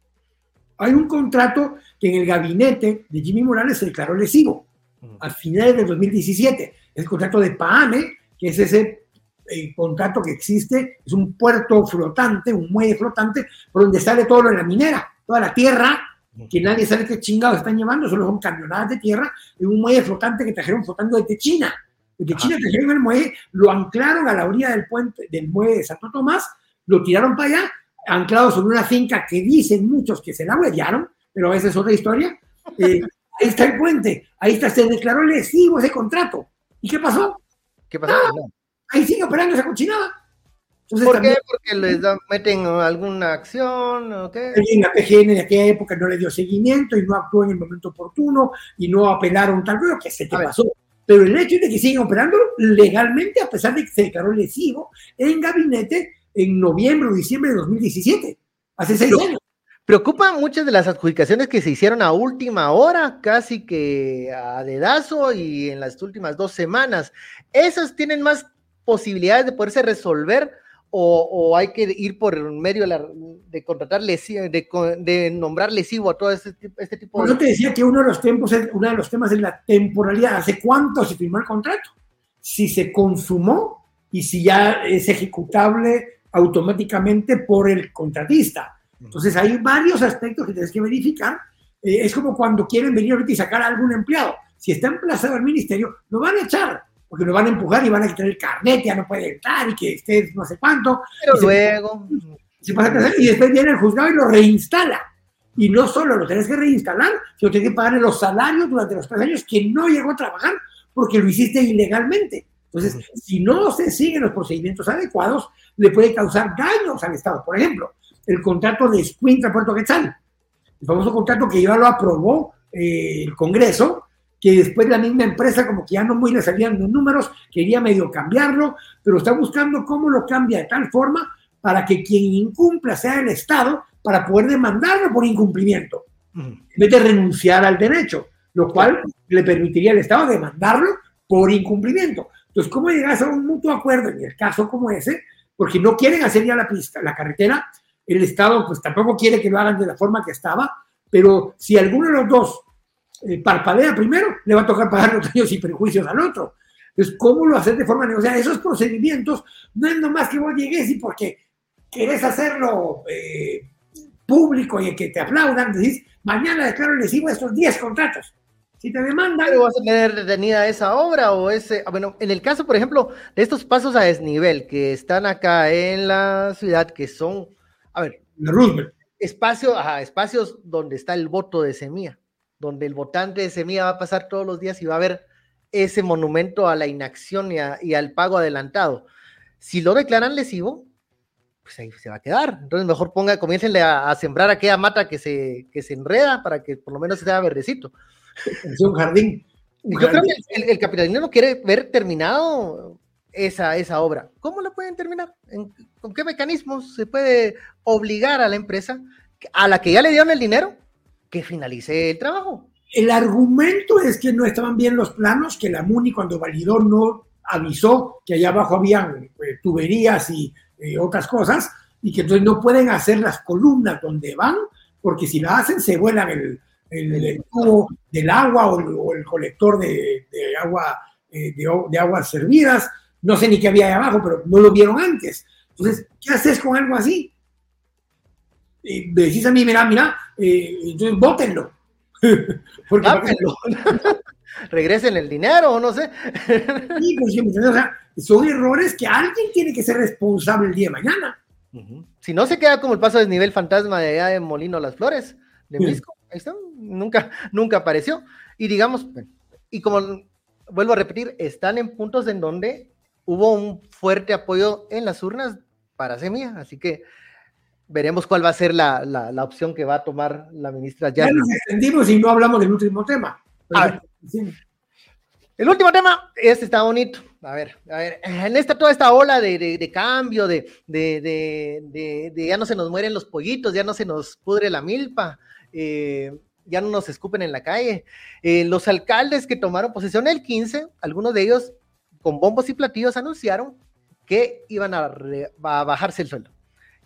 hay un contrato que en el gabinete de Jimmy Morales se declaró lesivo a finales de dos mil diecisiete. Es el contrato de PAAME, que es ese eh, contrato que existe, es un puerto flotante, un muelle flotante, por donde sale todo lo de la minera, toda la tierra, que nadie sabe qué chingados están llevando, solo son camionadas de tierra, en un muelle flotante que trajeron flotando desde China. Desde China trajeron el muelle, lo anclaron a la orilla del puente, del muelle de Santo Tomás, lo tiraron para allá, anclado sobre una finca que dicen muchos que se la huellaron, pero esa es otra historia. Eh, ahí está el puente, ahí está, se declaró lesivo ese contrato. ¿Y qué pasó? ¿Qué pasó? Ah, no. Ahí sigue operando esa cochinada. Entonces, ¿por también, qué? ¿Porque les da, meten alguna acción o qué? La P G N de aquella época no le dio seguimiento y no actuó en el momento oportuno y no apelaron tal vez, que se te pasó. Pero el hecho de que siguen operando legalmente, a pesar de que se declaró lesivo en gabinete en noviembre o diciembre de dos mil diecisiete, hace seis años. Preocupan muchas de las adjudicaciones que se hicieron a última hora, casi que a dedazo y en las últimas dos semanas. ¿Esas tienen más posibilidades de poderse resolver o, o hay que ir por medio de, la, de contratar lesivo, de, de nombrar lesivo a todo este, este tipo de... Yo te decía que uno de los tiempos, uno de los temas es la temporalidad. ¿Hace cuánto se firmó el contrato? Si se consumó y si ya es ejecutable automáticamente por el contratista. Entonces hay varios aspectos que tienes que verificar. Eh, es como cuando quieren venir ahorita y sacar a algún empleado. Si está emplazado al ministerio, lo van a echar, porque lo van a empujar y van a quitar el carnet, ya no puede entrar y que esté no sé cuánto. Pero luego... Se, se pasa a y después viene el juzgado y lo reinstala. Y no solo lo tienes que reinstalar, sino tienes que pagarle los salarios durante los tres años que no llegó a trabajar porque lo hiciste ilegalmente. Entonces, uh-huh. si no se siguen los procedimientos adecuados, le puede causar daños al Estado. Por ejemplo, el contrato de Escuintla Puerto Quetzal, el famoso contrato que ya lo aprobó eh, el Congreso, que después la misma empresa como que ya no muy le salían los números, quería medio cambiarlo, pero está buscando cómo lo cambia de tal forma para que quien incumpla sea el Estado para poder demandarlo por incumplimiento, uh-huh. en vez de renunciar al derecho, lo cual le permitiría al Estado demandarlo por incumplimiento. Entonces, ¿cómo llegas a un mutuo acuerdo en el caso como ese? Porque no quieren hacer ya la pista, la carretera. El Estado pues tampoco quiere que lo hagan de la forma que estaba, pero si alguno de los dos eh, parpadea primero, le va a tocar pagar los daños y perjuicios al otro. Entonces, ¿cómo lo hacer de forma negociada? Esos procedimientos no es nomás que vos llegues y porque querés hacerlo eh, público y que te aplaudan, decís, mañana declaro lesivo estos diez contratos. Si te demandan... ¿Pero vas a tener detenida esa obra o ese...? Bueno, en el caso, por ejemplo, de estos pasos a desnivel que están acá en la ciudad, que son... A ver, Roosevelt. Espacio, ajá, espacios donde está el voto de Semilla, donde el votante de Semilla va a pasar todos los días y va a ver ese monumento a la inacción y, a, y al pago adelantado. Si lo declaran lesivo, pues ahí se va a quedar. Entonces mejor ponga, comiéncenle a, a sembrar aquella mata que se, que se enreda para que por lo menos sea verdecito. Es un jardín. Un Yo jardín. creo que el, el, el capitalino no quiere ver terminado esa, esa obra. ¿Cómo la pueden terminar? ¿En, ¿Con qué mecanismos se puede obligar a la empresa a la que ya le dieron el dinero, que finalice el trabajo. El argumento es que no estaban bien los planos, que la MUNI cuando validó no avisó que allá abajo habían eh, tuberías y eh, otras cosas, y que entonces no pueden hacer las columnas donde van, porque si la hacen se vuelan el, el, el tubo del agua o el, o el colector de, de agua eh, de, de aguas servidas. No sé ni qué había ahí abajo, pero no lo vieron antes. Entonces, ¿qué haces con algo así? Y me decís a mí, mira, mira, eh, entonces bótenlo. Porque regresen el dinero o no sé. Sí, pues, o sea, son errores que alguien tiene que ser responsable el día de mañana. Uh-huh. Si no, se queda como el paso de desnivel fantasma de allá de Molino Las Flores, de Misco. Sí. Ahí está, nunca, nunca apareció. Y digamos, y como vuelvo a repetir, están en puntos en donde hubo un fuerte apoyo en las urnas para Semilla, así que veremos cuál va a ser la, la, la opción que va a tomar la ministra Yasmin. Ya nos extendimos y no hablamos del último tema. A ver, sí. El último tema, este está bonito. A ver, a ver, en esta, toda esta ola de, de, de cambio, de, de, de, de, de ya no se nos mueren los pollitos, ya no se nos pudre la milpa, eh, ya no nos escupen en la calle. Eh, los alcaldes que tomaron posesión el quince, algunos de ellos con bombos y platillos anunciaron que iban a, re, a bajarse el sueldo.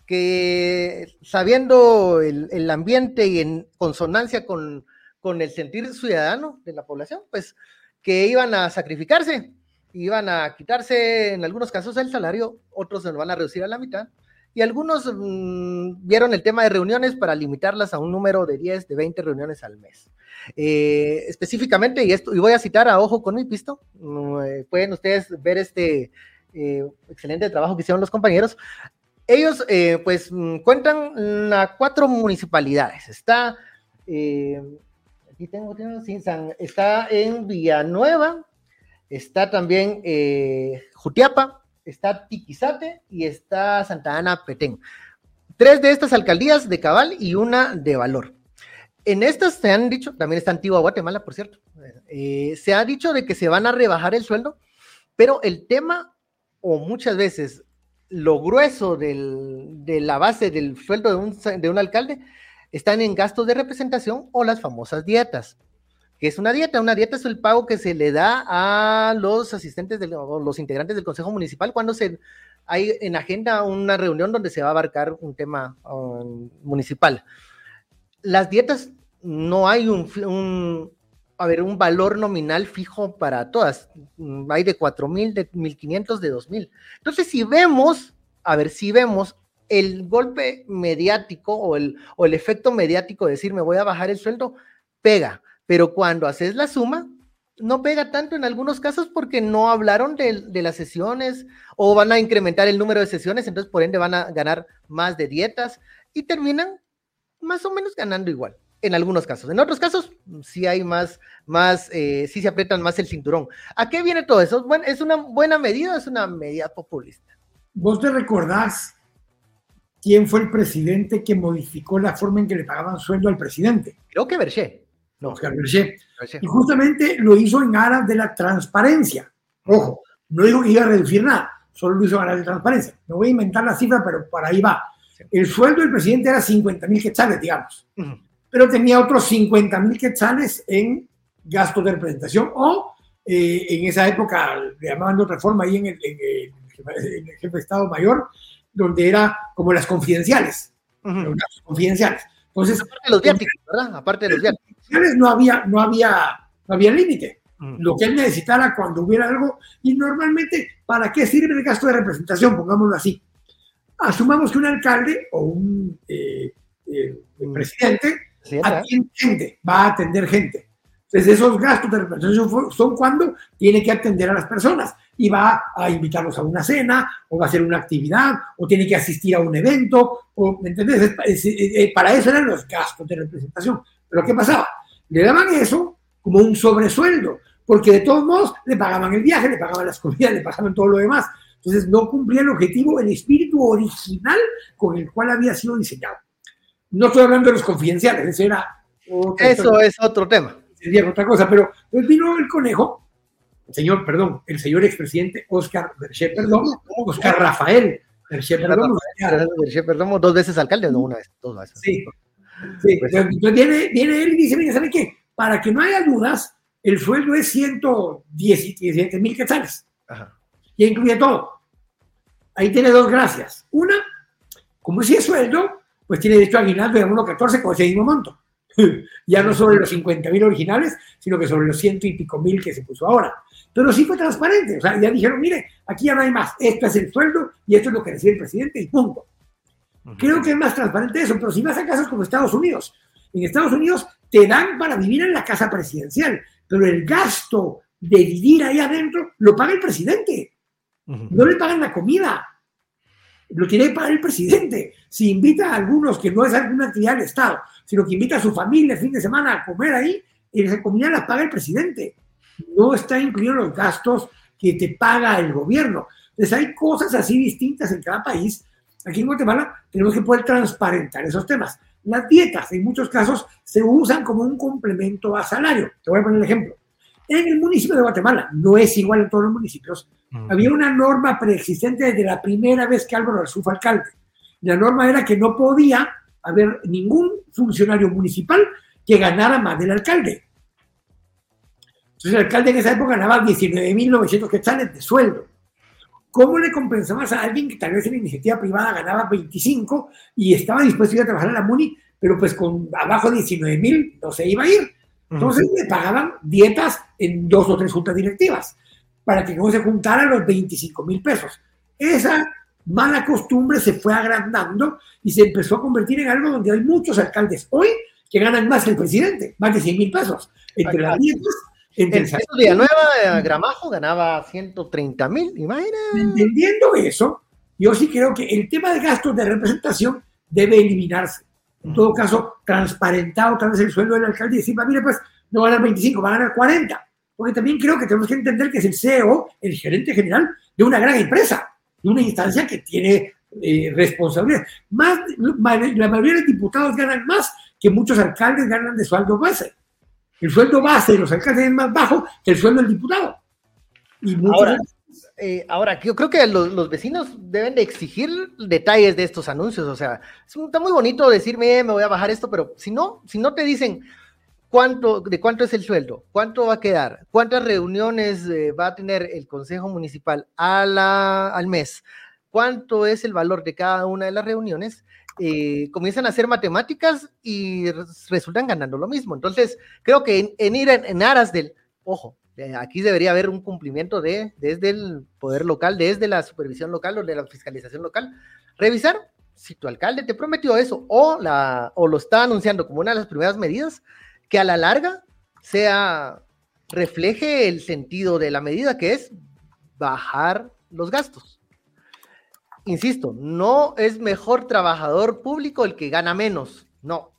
Que sabiendo el, el ambiente y en consonancia con, con el sentir ciudadano de la población, pues que iban a sacrificarse, iban a quitarse en algunos casos el salario, otros se lo van a reducir a la mitad, y algunos mmm, vieron el tema de reuniones para limitarlas a un número de diez, de veinte reuniones al mes. Eh, específicamente, y, esto, y voy a citar a ojo con mi pisto, eh, pueden ustedes ver este eh, excelente trabajo que hicieron los compañeros. Ellos, eh, pues, cuentan a cuatro municipalidades. Está, eh, aquí tengo, tengo sí, San, está en Villanueva, está también eh, Jutiapa, está Tiquizate y está Santa Ana Petén. Tres de estas alcaldías de Cabal y una de Valor. En estas se han dicho, también está Antigua Guatemala, por cierto, eh, se ha dicho de que se van a rebajar el sueldo, pero el tema, o muchas veces, lo grueso del, de la base del sueldo de un, de un alcalde están en gastos de representación o las famosas dietas. ¿Qué es una dieta? Una dieta es el pago que se le da a los asistentes del, o los integrantes del Consejo Municipal cuando se, hay en agenda una reunión donde se va a abarcar un tema um, municipal. Las dietas no hay un, un, a ver, un valor nominal fijo para todas. Hay de cuatro mil, de mil quinientos, de dos mil. Entonces, si vemos, a ver, si vemos el golpe mediático o el, o el efecto mediático de decir me voy a bajar el sueldo, pega. Pero cuando haces la suma, no pega tanto en algunos casos porque no hablaron de, de las sesiones o van a incrementar el número de sesiones, entonces por ende van a ganar más de dietas y terminan más o menos ganando igual. En algunos casos. En otros casos, sí hay más, más eh, sí se aprietan más el cinturón. ¿A qué viene todo eso? Bueno, ¿es una buena medida o es una medida populista? ¿Vos te recordás quién fue el presidente que modificó la forma en que le pagaban sueldo al presidente? Creo que Berché. No, Oscar Berché. Y justamente lo hizo en aras de la transparencia. Ojo, no digo que iba a reducir nada, solo lo hizo en aras de transparencia. No voy a inventar la cifra, pero por ahí va. Sí. El sueldo del presidente era cincuenta mil quetzales, digamos. Uh-huh. Pero tenía otros cincuenta mil quetzales en gastos de representación o eh, en esa época le llamaban de otra forma ahí en el, en, el, en el jefe de Estado Mayor, donde era como las confidenciales, uh-huh. Los gastos confidenciales. Entonces, aparte de los viáticos, ¿verdad? Aparte de los viáticos. No había, no había, no había límite. Uh-huh. Lo que él necesitara cuando hubiera algo, y normalmente, ¿para qué sirve el gasto de representación? Pongámoslo así. Asumamos que un alcalde o un eh, eh, uh-huh. presidente Sí, atiende gente, va a atender gente. Entonces esos gastos de representación son cuando tiene que atender a las personas y va a invitarlos a una cena o va a hacer una actividad o tiene que asistir a un evento o, ¿me entiendes? Es, es, es, para eso eran los gastos de representación. Pero ¿qué pasaba? Le daban eso como un sobresueldo porque de todos modos le pagaban el viaje, le pagaban las comidas, le pagaban todo lo demás. Entonces no cumplía el objetivo, el espíritu original con el cual había sido diseñado. No estoy hablando de los confidenciales, eso era otra Eso cosa. Es otro tema. Sería otra cosa, pero pues vino el conejo, el señor, perdón, el señor expresidente Oscar Berché, perdón, Oscar Rafael Berché, perdón. Berché, perdón, dos veces alcalde, no una vez, dos veces. Sí, Sí, pues, entonces viene, viene él y dice, mira, ¿sabe qué? Para que no haya dudas, el sueldo es ciento diecisiete mil quetzales. Ajá. Y incluye todo. Ahí tiene dos gracias. Una, como si es sueldo, pues tiene derecho a aguinaldo de uno catorce con ese mismo monto. Ya no sobre los cincuenta mil originales, sino que sobre los ciento y pico mil que se puso ahora. Pero sí fue transparente. O sea, ya dijeron, mire, aquí ya no hay más. Este es el sueldo y esto es lo que recibe el presidente y punto. Uh-huh. Creo que es más transparente eso, pero si vas a casos como Estados Unidos, en Estados Unidos te dan para vivir en la casa presidencial, pero el gasto de vivir ahí adentro lo paga el presidente. Uh-huh. No le pagan la comida. Lo tiene que pagar el presidente. Si invita a algunos, que no es alguna actividad del Estado, sino que invita a su familia el fin de semana a comer ahí, esa comida la paga el presidente. No está incluido los gastos que te paga el gobierno. Entonces hay cosas así distintas en cada país. Aquí en Guatemala tenemos que poder transparentar esos temas. Las dietas, en muchos casos, se usan como un complemento a salario. Te voy a poner el ejemplo. En el municipio de Guatemala, no es igual en todos los municipios, uh-huh. había una norma preexistente desde la primera vez que Álvaro Arzú fue alcalde. La norma era que no podía haber ningún funcionario municipal que ganara más del alcalde. Entonces el alcalde en esa época ganaba diecinueve mil novecientos quetzales de sueldo. ¿Cómo le compensabas a alguien que tal vez en la iniciativa privada ganaba veinticinco y estaba dispuesto a ir a trabajar en la MUNI, pero pues con abajo de diecinueve mil no se iba a ir? Entonces uh-huh. le pagaban dietas en dos o tres juntas directivas para que no se juntaran los veinticinco mil pesos. Esa mala costumbre se fue agrandando y se empezó a convertir en algo donde hay muchos alcaldes hoy que ganan más que el presidente, más de cien mil pesos. Entre las dietas, entre el Jesús Villanueva, Gramajo, ganaba ciento treinta mil, imagínate. Entendiendo eso, yo sí creo que el tema de gastos de representación debe eliminarse. En todo caso, transparentado tal vez el sueldo del alcalde y decir, mire, pues no va a ganar veinticinco, va a ganar cuarenta. Porque también creo que tenemos que entender que es el C E O, el gerente general de una gran empresa, de una instancia que tiene eh, responsabilidad. Más, la mayoría de diputados ganan más que muchos alcaldes ganan de sueldo base. El sueldo base de los alcaldes es más bajo que el sueldo del diputado. Y ahora, eh, ahora, yo creo que los, los vecinos deben de exigir detalles de estos anuncios. O sea, está muy bonito decirme, eh, me voy a bajar esto, pero si no, si no te dicen cuánto, de cuánto es el sueldo, cuánto va a quedar, cuántas reuniones eh, va a tener el Consejo Municipal a la, al mes, cuánto es el valor de cada una de las reuniones, eh, comienzan a hacer matemáticas y resultan ganando lo mismo. Entonces, creo que en, en ir en, en aras del, ojo, aquí debería haber un cumplimiento de, desde el poder local, desde la supervisión local o de la fiscalización local, revisar si tu alcalde te prometió eso o, la, o lo está anunciando como una de las primeras medidas, que a la larga sea, refleje el sentido de la medida, que es bajar los gastos. Insisto, no es mejor trabajador público el que gana menos, no.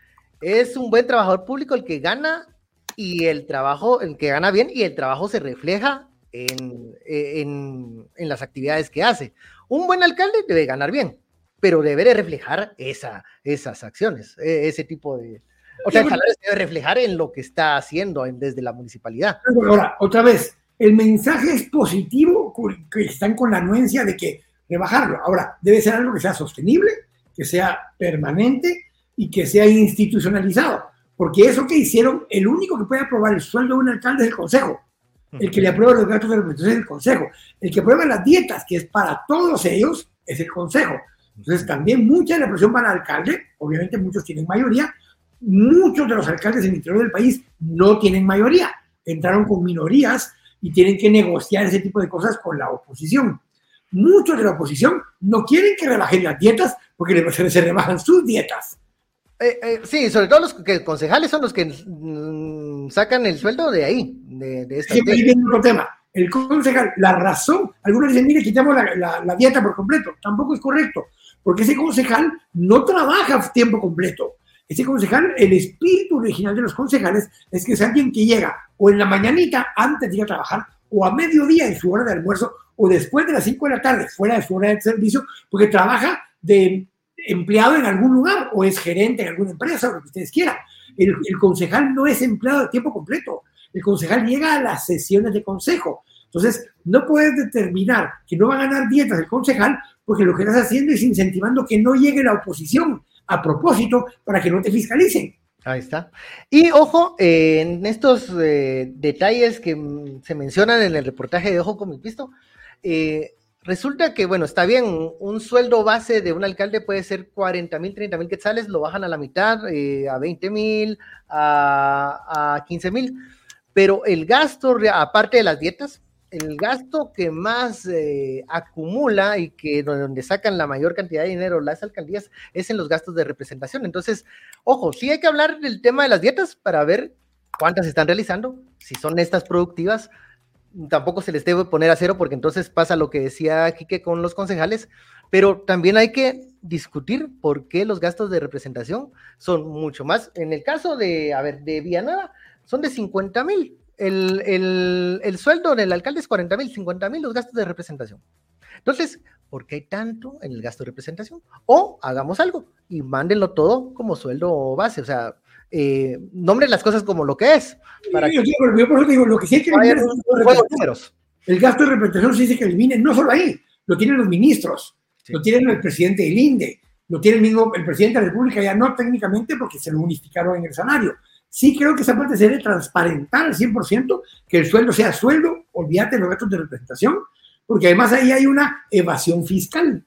Es un buen trabajador público el que gana y el trabajo, el que gana bien y el trabajo se refleja en, en, en las actividades que hace. Un buen alcalde debe ganar bien, pero debe reflejar esa, esas acciones, ese tipo de... O sea, el salario se debe reflejar en lo que está haciendo en, desde la municipalidad. Ahora, otra vez, el mensaje es positivo, que están con la anuencia de que rebajarlo. Ahora, debe ser algo que sea sostenible, que sea permanente y que sea institucionalizado. Porque eso que hicieron, el único que puede aprobar el sueldo de un alcalde es el consejo. El que le aprueba los gastos de representación es el consejo. El que aprueba las dietas, que es para todos ellos, es el consejo. Entonces, también mucha de la presión para el alcalde, obviamente muchos tienen mayoría, muchos de los alcaldes en el interior del país no tienen mayoría. Entraron con minorías y tienen que negociar ese tipo de cosas con la oposición. Muchos de la oposición no quieren que rebajen las dietas porque se rebajan sus dietas. Eh, eh, sí, sobre todo los que concejales son los que mm, sacan el sueldo de ahí, de, de esta. Sí, ahí viene otro tema. El concejal, la razón, algunos dicen, mire, quitamos la, la, la dieta por completo. Tampoco es correcto, porque ese concejal no trabaja a tiempo completo. Ese concejal, el espíritu original de los concejales es que es alguien que llega o en la mañanita antes de ir a trabajar, o a mediodía en su hora de almuerzo, o después de las cinco de la tarde, fuera de su hora de servicio, porque trabaja de empleado en algún lugar, o es gerente en alguna empresa, o lo que ustedes quieran. El, el concejal no es empleado de tiempo completo. El concejal llega a las sesiones de consejo. Entonces, no puedes determinar que no va a ganar dietas el concejal, porque lo que estás haciendo es incentivando que no llegue la oposición a propósito para que no te fiscalicen. Ahí está. Y ojo, eh, en estos eh, detalles que mm, se mencionan en el reportaje de Ojo con mi pisto, eh, resulta que, bueno, está bien, un, un sueldo base de un alcalde puede ser cuarenta mil, treinta mil quetzales, lo bajan a la mitad, eh, a veinte mil, a, a quince mil, pero el gasto, aparte de las dietas, el gasto que más eh, acumula y que donde sacan la mayor cantidad de dinero las alcaldías es en los gastos de representación. Entonces, ojo, sí hay que hablar del tema de las dietas para ver cuántas se están realizando, si son estas productivas. Tampoco se les debe poner a cero porque entonces pasa lo que decía Quique con los concejales, pero también hay que discutir por qué los gastos de representación son mucho más. En el caso de, a ver, de Villanueva, son de cincuenta mil. El, el, el sueldo del alcalde es cuarenta mil, cincuenta mil los gastos de representación. Entonces, ¿por qué hay tanto en el gasto de representación? O hagamos algo y mándenlo todo como sueldo base, o sea, eh, nombren las cosas como lo que es. Para yo, digo, yo por eso digo, lo que sí hay que eliminar es el, números. el gasto de representación, sí dice que eliminen, no solo ahí, lo tienen los ministros, sí. Lo tienen el presidente del INDE, lo tiene el mismo el presidente de la República, ya no técnicamente porque se lo unificaron en el salario. Sí creo que esa parte se debe transparentar al cien por ciento, que el sueldo sea sueldo, olvídate de los gastos de representación, porque además ahí hay una evasión fiscal.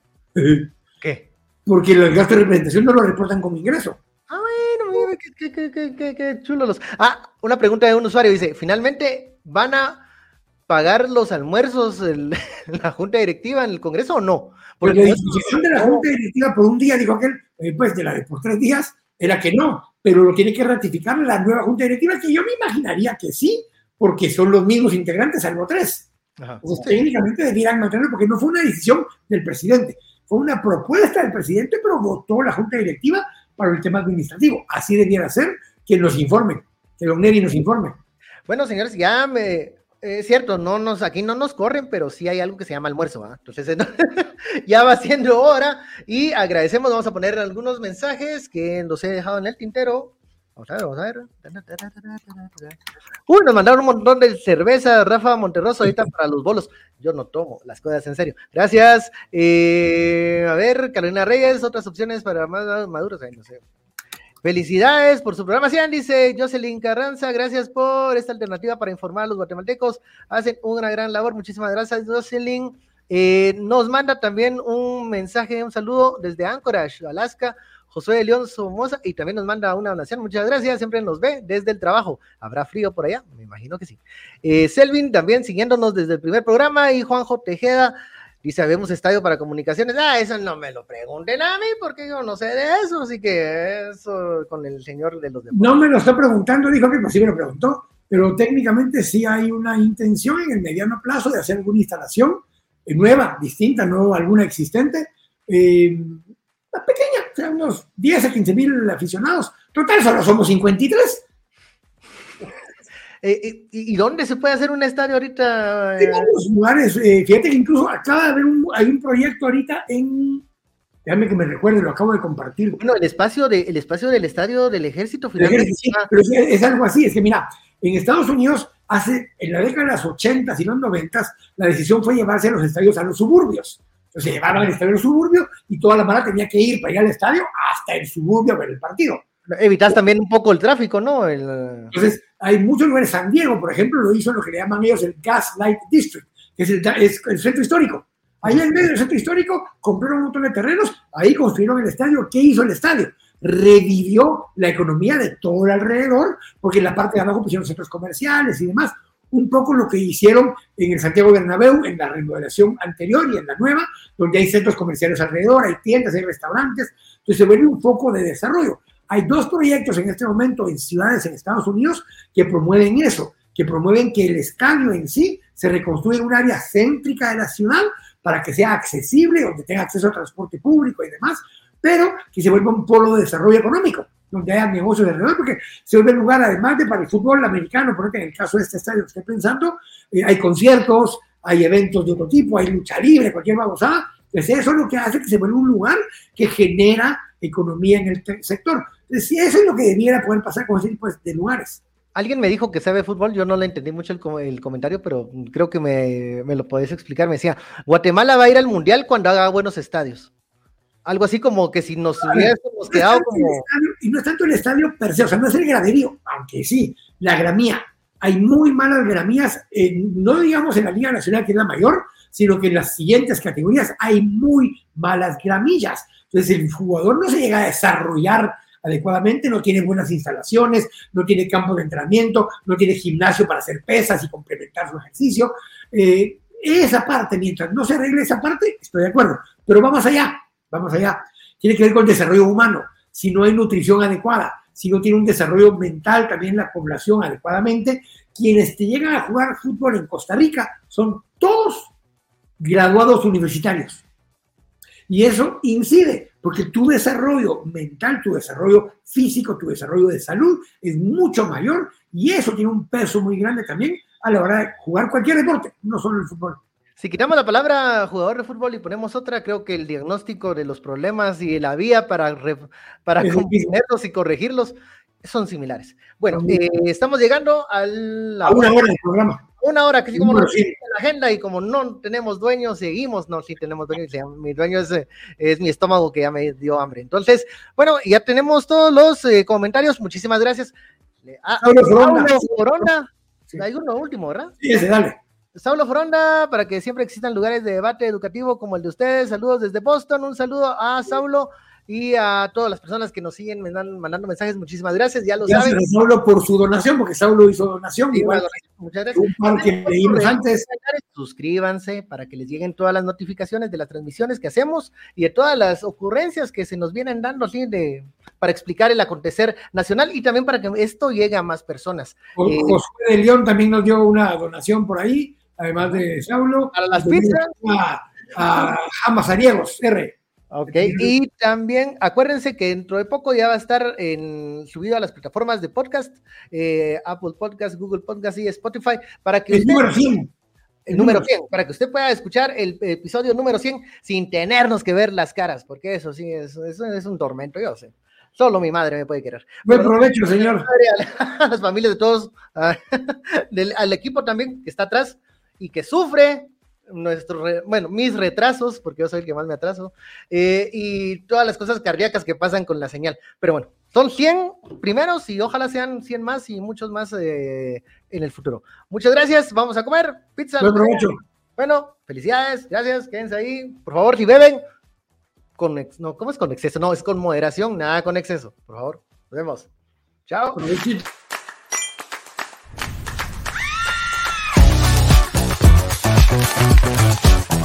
¿Qué? Porque los gastos de representación no lo reportan como ingreso. Ah, bueno, mira, qué, qué, qué, qué, qué chulo los... Ah, una pregunta de un usuario, dice, ¿finalmente van a pagar los almuerzos el, la junta directiva en el Congreso o no? Porque la disposición de la junta directiva por un día, dijo aquel, eh, pues de la de por tres días, era que no, pero lo tiene que ratificar la nueva junta directiva, que yo me imaginaría que sí, porque son los mismos integrantes, salvo tres. Ajá, Entonces, sí. Técnicamente debieran mantenerlo, porque no fue una decisión del presidente, fue una propuesta del presidente, pero votó la junta directiva para el tema administrativo. Así debiera ser, que nos informen, que don Neri nos informe. Bueno, señores, ya me... Es cierto, no nos, aquí no nos corren, pero sí hay algo que se llama almuerzo, ¿eh? Entonces ya va siendo hora y agradecemos, vamos a poner algunos mensajes que los he dejado en el tintero. Vamos a ver, vamos a ver. Uy, nos mandaron un montón de cerveza, Rafa Monterroso, ahorita para los bolos. Yo no tomo las cosas en serio. Gracias. Eh, a ver, Carolina Reyes, otras opciones para más maduros, ahí no sé. Felicidades por su programación, dice Jocelyn Carranza, gracias por esta alternativa para informar a los guatemaltecos, hacen una gran labor, muchísimas gracias Jocelyn. Eh, nos manda también un mensaje, un saludo desde Anchorage, Alaska, Josué de León Somoza, y también nos manda una donación, muchas gracias, siempre nos ve desde el trabajo, ¿habrá frío por allá? Me imagino que sí. Eh, Selvin también siguiéndonos desde el primer programa, y Juanjo Tejeda, dice, habemos estadio para comunicaciones. Ah, eso no me lo pregunten a mí, porque yo no sé de eso, así que eso con el señor de los deportes. No me lo está preguntando, dijo que pues sí me lo preguntó, pero técnicamente sí hay una intención en el mediano plazo de hacer alguna instalación nueva, distinta, no alguna existente, eh, pequeña, o sea, unos diez a quince mil aficionados. Total, solo somos cincuenta y tres. Eh, ¿Y dónde se puede hacer un estadio ahorita? En varios lugares, eh, fíjate que incluso acaba de haber un, hay un proyecto ahorita en, déjame que me recuerde, lo acabo de compartir. Bueno, el espacio, de, el espacio del estadio del ejército. El ejército sí, pero es, es algo así, es que mira, en Estados Unidos, hace, en la década de las ochentas y los noventas, la decisión fue llevarse los estadios a los suburbios. Entonces se llevaron el estadio a los suburbios y toda la mara tenía que ir para ir al estadio hasta el suburbio a ver el partido. Evitas también un poco el tráfico, ¿no? El... Entonces, hay muchos lugares. San Diego, por ejemplo, lo hizo lo que le llaman ellos el Gaslight District, que es el, es el centro histórico. Ahí en medio del centro histórico compraron un montón de terrenos, ahí construyeron el estadio. ¿Qué hizo el estadio? Revivió la economía de todo el alrededor, porque en la parte de abajo pusieron centros comerciales y demás. Un poco lo que hicieron en el Santiago Bernabéu, en la remodelación anterior y en la nueva, donde hay centros comerciales alrededor, hay tiendas, hay restaurantes. Entonces se vuelve un foco de desarrollo. Hay dos proyectos en este momento en ciudades en Estados Unidos que promueven eso, que promueven que el estadio en sí se reconstruya en un área céntrica de la ciudad para que sea accesible, donde tenga acceso al transporte público y demás, pero que se vuelva un polo de desarrollo económico, donde haya negocios alrededor, porque se vuelve un lugar, además de para el fútbol americano, porque en el caso de este estadio que estoy pensando, eh, hay conciertos, hay eventos de otro tipo, hay lucha libre, cualquier babosada. Entonces eso es lo que hace que se vuelva un lugar que genera economía en el sector. Entonces, eso es lo que debiera poder pasar con ese tipo de lugares. Alguien me dijo que sabe fútbol, yo no le entendí mucho el, el comentario, pero creo que me, me lo podés explicar. Me decía, Guatemala va a ir al Mundial cuando haga buenos estadios. Algo así como que si nos hubiésemos quedado no como... Estadio, y no es tanto el estadio per se, o sea, no es el graderío, aunque sí, la gramía. Hay muy malas gramías, eh, no digamos en la Liga Nacional, que es la mayor, sino que en las siguientes categorías hay muy malas gramillas. Entonces el jugador no se llega a desarrollar adecuadamente, no tiene buenas instalaciones, no tiene campo de entrenamiento, no tiene gimnasio para hacer pesas y complementar su ejercicio. Eh, esa parte, mientras no se arregle esa parte, estoy de acuerdo. Pero vamos allá, vamos allá. Tiene que ver con el desarrollo humano. Si no hay nutrición adecuada, si no tiene un desarrollo mental también la población adecuadamente, quienes te llegan a jugar fútbol en Costa Rica son todos graduados universitarios. Y eso incide, porque tu desarrollo mental, tu desarrollo físico, tu desarrollo de salud es mucho mayor y eso tiene un peso muy grande también a la hora de jugar cualquier deporte, no solo el fútbol. Si quitamos la palabra jugador de fútbol y ponemos otra, creo que el diagnóstico de los problemas y la vía para, para componerlos y corregirlos son similares. Bueno, eh, estamos llegando a, la a una hora del programa. Una hora, que sí, como nos dice la agenda y como no tenemos dueños, seguimos, no, sí tenemos dueños, mi dueño es, es mi estómago que ya me dio hambre. Entonces, bueno, ya tenemos todos los eh, comentarios, muchísimas gracias. Ah, Saulo Foronda, Foronda. Sí. Hay uno último, ¿verdad? Sí, ese, dale. Saulo Foronda, para que siempre existan lugares de debate educativo como el de ustedes, saludos desde Boston, un saludo a Saulo y a todas las personas que nos siguen mandando, mandando mensajes, muchísimas gracias, ya lo gracias saben. Gracias a Saulo por su donación, porque Saulo hizo donación. Sí, igual, bueno, muchas gracias. Un par que leímos antes. Suscríbanse para que les lleguen todas las notificaciones de las transmisiones que hacemos y de todas las ocurrencias que se nos vienen dando así de, para explicar el acontecer nacional y también para que esto llegue a más personas. Josué eh, de León también nos dio una donación por ahí, además de Saulo. Para las pizzas. A, a Jamas Ariegos, R. Ok, y también acuérdense que dentro de poco ya va a estar en, subido a las plataformas de podcast, eh, Apple Podcast, Google Podcast y Spotify, para que el usted, número cien. El número cien, para que usted pueda escuchar el episodio número cien sin tenernos que ver las caras, porque eso sí, es, eso es un tormento, yo sé. Solo mi madre me puede querer. Buen bueno, provecho, señor. A las familias de todos, a, del, al equipo también que está atrás y que sufre nuestro, bueno, mis retrasos, porque yo soy el que más me atraso, eh, y todas las cosas cardíacas que pasan con la señal. Pero bueno, son cien primeros y ojalá sean cien más y muchos más eh, en el futuro. Muchas gracias, vamos a comer pizza. Buen provecho. Bueno, felicidades, gracias, quédense ahí. Por favor, si beben, con ex, no, ¿cómo es con exceso? No, es con moderación, nada con exceso, por favor. Nos vemos. Chao. Provechito. We'll be right back.